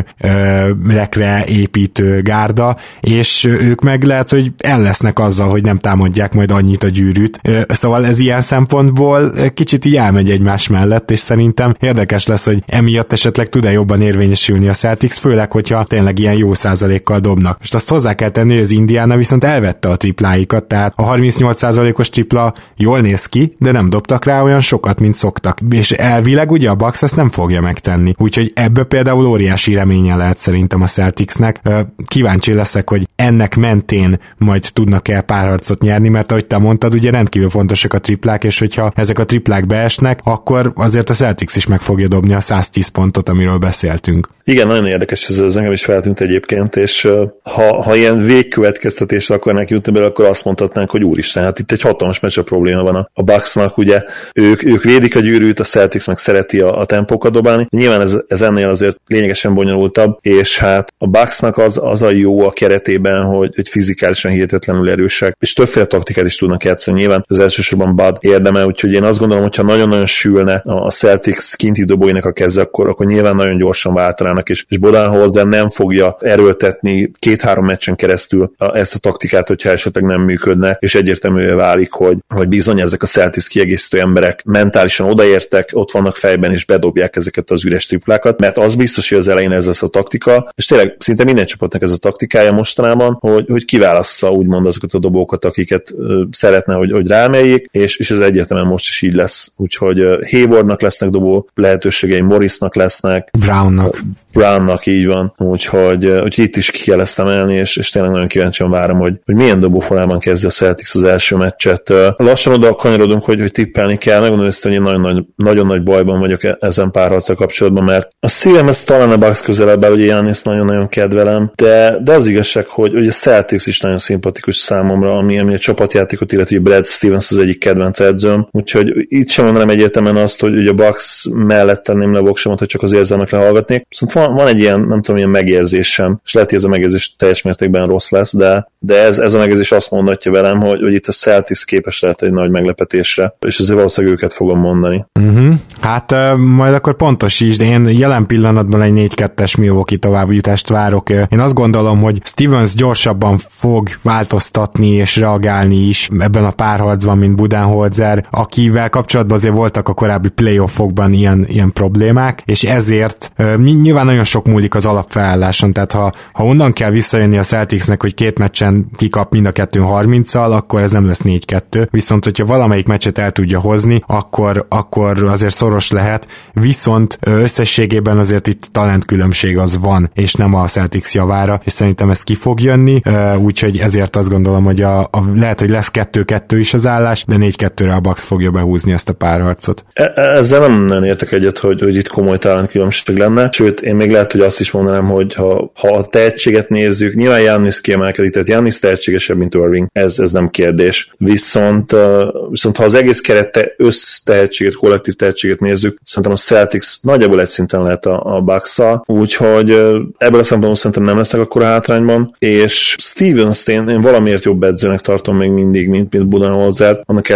jumper-rekre építő gárda, és ők meg lehet, hogy el lesznek azzal, hogy nem támadják majd annyit a gyűrűt. Szóval ez ilyen szempontból pontból kicsit így elmegy egymás mellett, és szerintem érdekes lesz, hogy emiatt esetleg tud-e jobban érvényesülni a Celtics, főleg, hogyha tényleg ilyen jó százalékkal dobnak. Most azt hozzá kell tenni, hogy az Indiana viszont elvette a tripláikat, tehát a harmincnyolc százalékos tripla jól néz ki, de nem dobtak rá olyan sokat, mint szoktak. És elvileg ugye a Bucks ezt nem fogja megtenni. Úgyhogy ebből például óriási reménye lehet szerintem a Celticsnek. Kíváncsi leszek, hogy ennek mentén majd tudnak-e párharcot nyerni, mert ahogy te mondtad, ugye rendkívül fontosak a triplák, és hogyha ezek a triplák beesnek, akkor azért a Celtics is meg fogja dobni a száztíz pontot, amiről beszéltünk. Igen, nagyon érdekes, ez, ez engem is feltűnt egyébként, és ha, ha ilyen végkövetkeztetésre akarnánk jutni belőle, akkor azt mondhatnánk, hogy úristen, hát itt egy hatalmas meccs probléma van a, a Bucksnak, ugye ők, ők védik a gyűrűt, a Celtics meg szereti a, a tempókat dobálni. Nyilván ez, ez ennél azért lényegesen bonyolultabb, és hát a Bucksnak az, az a jó a keretében, hogy, hogy fizikálisan hihetetlenül erősek, és többféle taktikát is tudnak játszani. Nyilván az elsősorban Bud érdeme, úgyhogy én azt gondolom, hogyha nagyon-nagyon sülne a Celtics kinti dobóinak a keze, akkor, akkor nyilván nagyon gyorsan váltanának, és, és Budenholzer nem fogja erőltetni két-három meccsen keresztül a, ezt a taktikát, hogyha esetleg nem működne, és egyértelműen válik, hogy, hogy bizony ezek a Celtics kiegészítő emberek mentálisan odaértek, ott vannak fejben, és bedobják ezeket az üres triplákat, mert az biztos, hogy az elején ez lesz a taktika, és tényleg szinte minden csapatnak ez a taktikája mostanában, hogy, hogy kiválassza úgymond azokat a dobókat, akiket ö, szeretne, hogy, hogy rámeljék, és, és ez egyértelműen most is így lesz. Úgyhogy uh, Haywardnak lesznek dobó lehetőségei, Morrisnak lesznek, Brownnak. Brownnak így van, úgyhogy, uh, úgyhogy itt is ki kell ezt emelni, és, és tényleg nagyon kíváncsian várom, hogy, hogy milyen dobóformában kezdi a Celtics az első meccset. Uh, lassan oda kanyarodunk, hogy, hogy tippelni kell, megmondom ezt, hogy én nagyon nagy, nagyon nagy bajban vagyok ezen párharccal kapcsolatban, mert a szívem ez talán a Bucks közelebb áll, hogy Giannis nagyon-nagyon kedvelem, de, de az igazság, hogy, hogy a Celtics is nagyon szimpatikus számomra, ami, ami a csapatjátékot illeti, hogy Brad Stevens az egyik kedvenc edzőm, úgyhogy itt sem mondanám egyértelműen azt, hogy ugye a Bucks mellett tenném le a voksomat, hogy csak az érzelmekre hallgatnék. Viszont van, van egy ilyen, nem tudom, ilyen megérzésem, és lehet, hogy ez a megérzés teljes mértékben rossz lesz, de, de ez, ez a megérzés azt mondatja velem, hogy, hogy itt a Celtics képes lehet egy nagy meglepetésre, és ezért valószínűleg őket fogom mondani. Uh-huh. Hát uh, majd akkor pontosítsd, de én jelen pillanatban egy négy kettes Milwaukee továbbjutást várok. Én azt gondolom, hogy Stevens gyorsabban fog változtatni és reagálni is ebben a párharcban, mint Budenholzer, akivel kapcsolatban azért voltak a korábbi playoffokban ilyen, ilyen problémák, és ezért uh, nyilván nagyon sok múlik az alapfelálláson, tehát ha, ha onnan kell visszajönni a Celticsnek, hogy két meccsen kikap mind a kettőn harminccal, akkor ez nem lesz négy kettő, viszont hogyha valamelyik meccset el tudja hozni, akkor, akkor azért szoros lehet, viszont összességében azért itt talentkülönbség az van, és nem a Celtics javára, és szerintem ez ki fog jönni, úgyhogy ezért azt gondolom, hogy a, a, lehet, hogy lesz kettő kettő is az állás, de négy kettőre a Bucks fogja behúzni ezt a párharcot. E- ezzel nem, nem értek egyet, hogy, hogy itt komoly talentkülönbség lenne, sőt, én még lehet, hogy azt is mondanám, hogy ha, ha a tehetséget nézzük, nyilván Giannis kiemelkedik, tehát Giannis tehetségesebb, mint Irving, ez, ez nem kérdés. Viszont, viszont ha az egész kerette össztehetséget, kollektív tehetséget nézzük, szerintem a Celtics nagyjából egy szinten lehet a, a Bucks-szal, úgyhogy ebből a szempontból szerintem nem lesznek akkora hátrányban, és Stevens-t én, én valamiért jobb edzőnek tartom még mindig, mint, mint Budenholzer, annak ellenére, hogy azért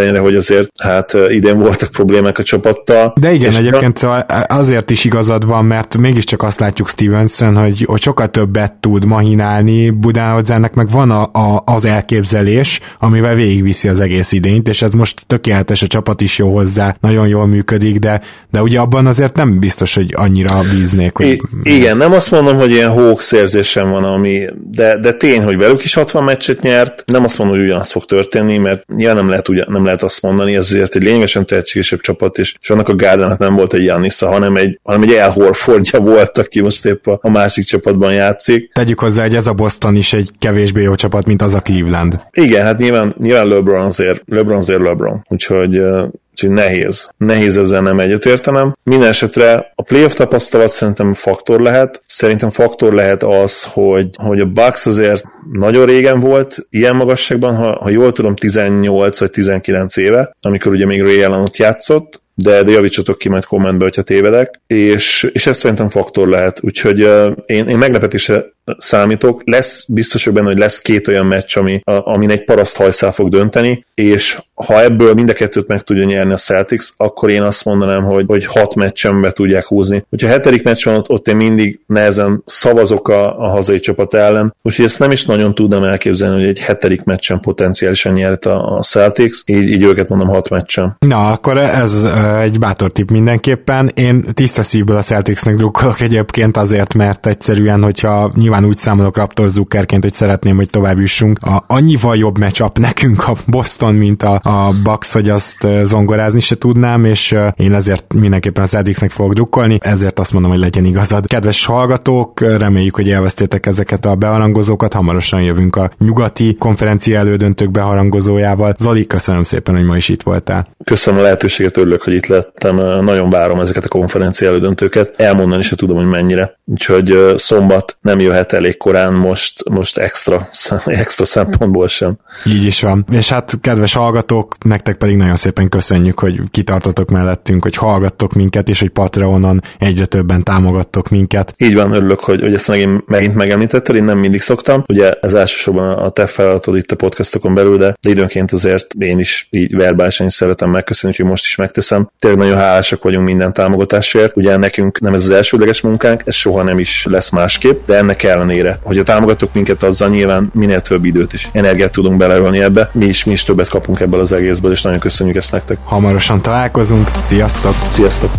Celticsért, hát idén voltak problémák a csapattal. De igen, egyébként szóval azért is igazad van, mert mégiscsak azt látjuk Stevenson, hogy, hogy sokkal többet tud mahinálni, Budenholzernek meg van a, a, az elképzelés, amivel végigviszi az egész idényt, és ez most tökéletes, a csapat is jó hozzá, nagyon jól működik, de, de ugye abban azért nem biztos, hogy annyira bíznék. Hogy... I- igen, nem azt mondom, hogy ilyen Hawks érzésem van, ami, de, de tény, hogy velük is hatvan meccset nyert, nem azt mondom, hogy ugyanaz fog történni, mert nyilván nem lehet, ugyan, nem lehet azt mondani, ez azért egy lényegesen tehetségesebb csapat, és, és annak a Gárdának nem volt egy Giannisza, hanem egy, hanem egy Al Horfordja volt, aki most épp a, a másik csapatban játszik. Tegyük hozzá, hogy ez a Boston is egy kevésbé jó csapat, mint az a Cleveland. Igen, hát nyilván, nyilván LeBron azért, LeBron azért LeBron, úgyhogy Úgyhogy nehéz. Nehéz ezzel nem egyetértenem. Minden esetre a playoff tapasztalat szerintem faktor lehet. Szerintem faktor lehet az, hogy, hogy a Bucks azért nagyon régen volt ilyen magasságban, ha, ha jól tudom, tizennyolc vagy tizenkilenc éve, amikor ugye még Ray Allen ott játszott, de, de javítsatok ki majd kommentbe, hogyha tévedek, és, és ez szerintem faktor lehet, úgyhogy uh, én, én meglepetésre számítok, lesz, biztos benne, hogy lesz két olyan meccs, ami, a, amin egy paraszt hajszál fog dönteni, és ha ebből mind a kettőt meg tudja nyerni a Celtics, akkor én azt mondanám, hogy, hogy hat meccsen be tudják húzni. Hogyha a hetedik meccs van, ott, ott én mindig nehezen szavazok a, a hazai csapat ellen, úgyhogy ezt nem is nagyon tudnám elképzelni, hogy egy hetedik meccsen potenciálisan nyert a, a Celtics, így, így őket mondom hat meccsen. Na, akkor ez egy bátor tipp mindenképpen. Én tiszta szívből a Celticsnek drukkolok egyébként azért, mert egyszerűen, hogyha nyilván úgy számolok Raptors Zuckerként, hogy szeretném, hogy tovább jussunk. A, annyival jobb matchup nekünk a Boston, mint a, a Bucks, hogy azt zongorázni se tudnám, és én ezért mindenképpen a Celticsnek fogok drukkolni, ezért azt mondom, hogy legyen igazad. Kedves hallgatók, reméljük, hogy elvesztétek ezeket a beharangozókat, hamarosan jövünk a nyugati konferencia elődöntők beharangozójával. Zoli, köszönöm szépen, hogy ma is itt voltál. Köszönöm a lehetőséget, örülök, hogy itt lettem, nagyon várom ezeket a konferencia elődöntőket, elmondani se tudom, hogy mennyire. Úgyhogy szombat nem jöhet elég korán, most, most extra, extra szempontból sem. Így is van. És hát, kedves hallgatók, nektek pedig nagyon szépen köszönjük, hogy kitartotok mellettünk, hogy hallgattok minket, és hogy Patreonon egyre többen támogattok minket. Így van, örülök, hogy, hogy ezt megint, megint megemlítetted, én nem mindig szoktam. Ugye ez elsősorban a te feladatod itt a podcastokon belül, de, de időnként azért én is így verbálisan is szeretem megköszönni, hogy most is megteszem. Tényleg nagyon hálásak vagyunk minden támogatásért. Ugye nekünk nem ez az elsődleges munkánk, ez soha nem is lesz másképp, de ennek ellenére, hogy a támogatók minket, azzal nyilván minél több időt és energiát tudunk beleölni ebbe. Mi is, mi is többet kapunk ebből az egészből, és nagyon köszönjük ezt nektek. Hamarosan találkozunk. Sziasztok! Sziasztok!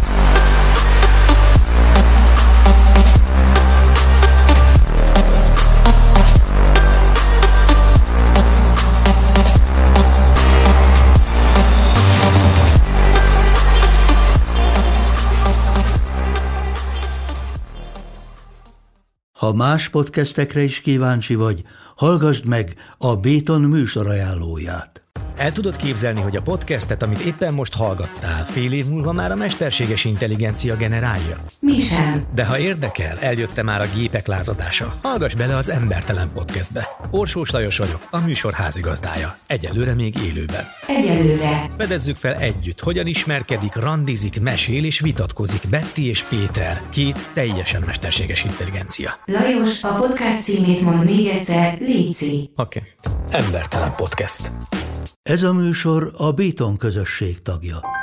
Ha más podcastekre is kíváncsi vagy, hallgassd meg a Béton műsor ajánlóját. El tudod képzelni, hogy a podcastet, amit éppen most hallgattál, fél év múlva már a mesterséges intelligencia generálja? Mi sem. De ha érdekel, eljött már a gépek lázadása. Hallgass bele az Embertelen Podcastbe. Orsós Lajos vagyok, a műsor házigazdája. Egyelőre még élőben. Egyelőre. Fedezzük fel együtt, hogyan ismerkedik, randizik, mesél és vitatkozik Betty és Péter, két teljesen mesterséges intelligencia. Lajos, a podcast címét mond még egyszer, léci. Oké. Okay. Embertelen Podcast. Ez a műsor a Béton közösség tagja.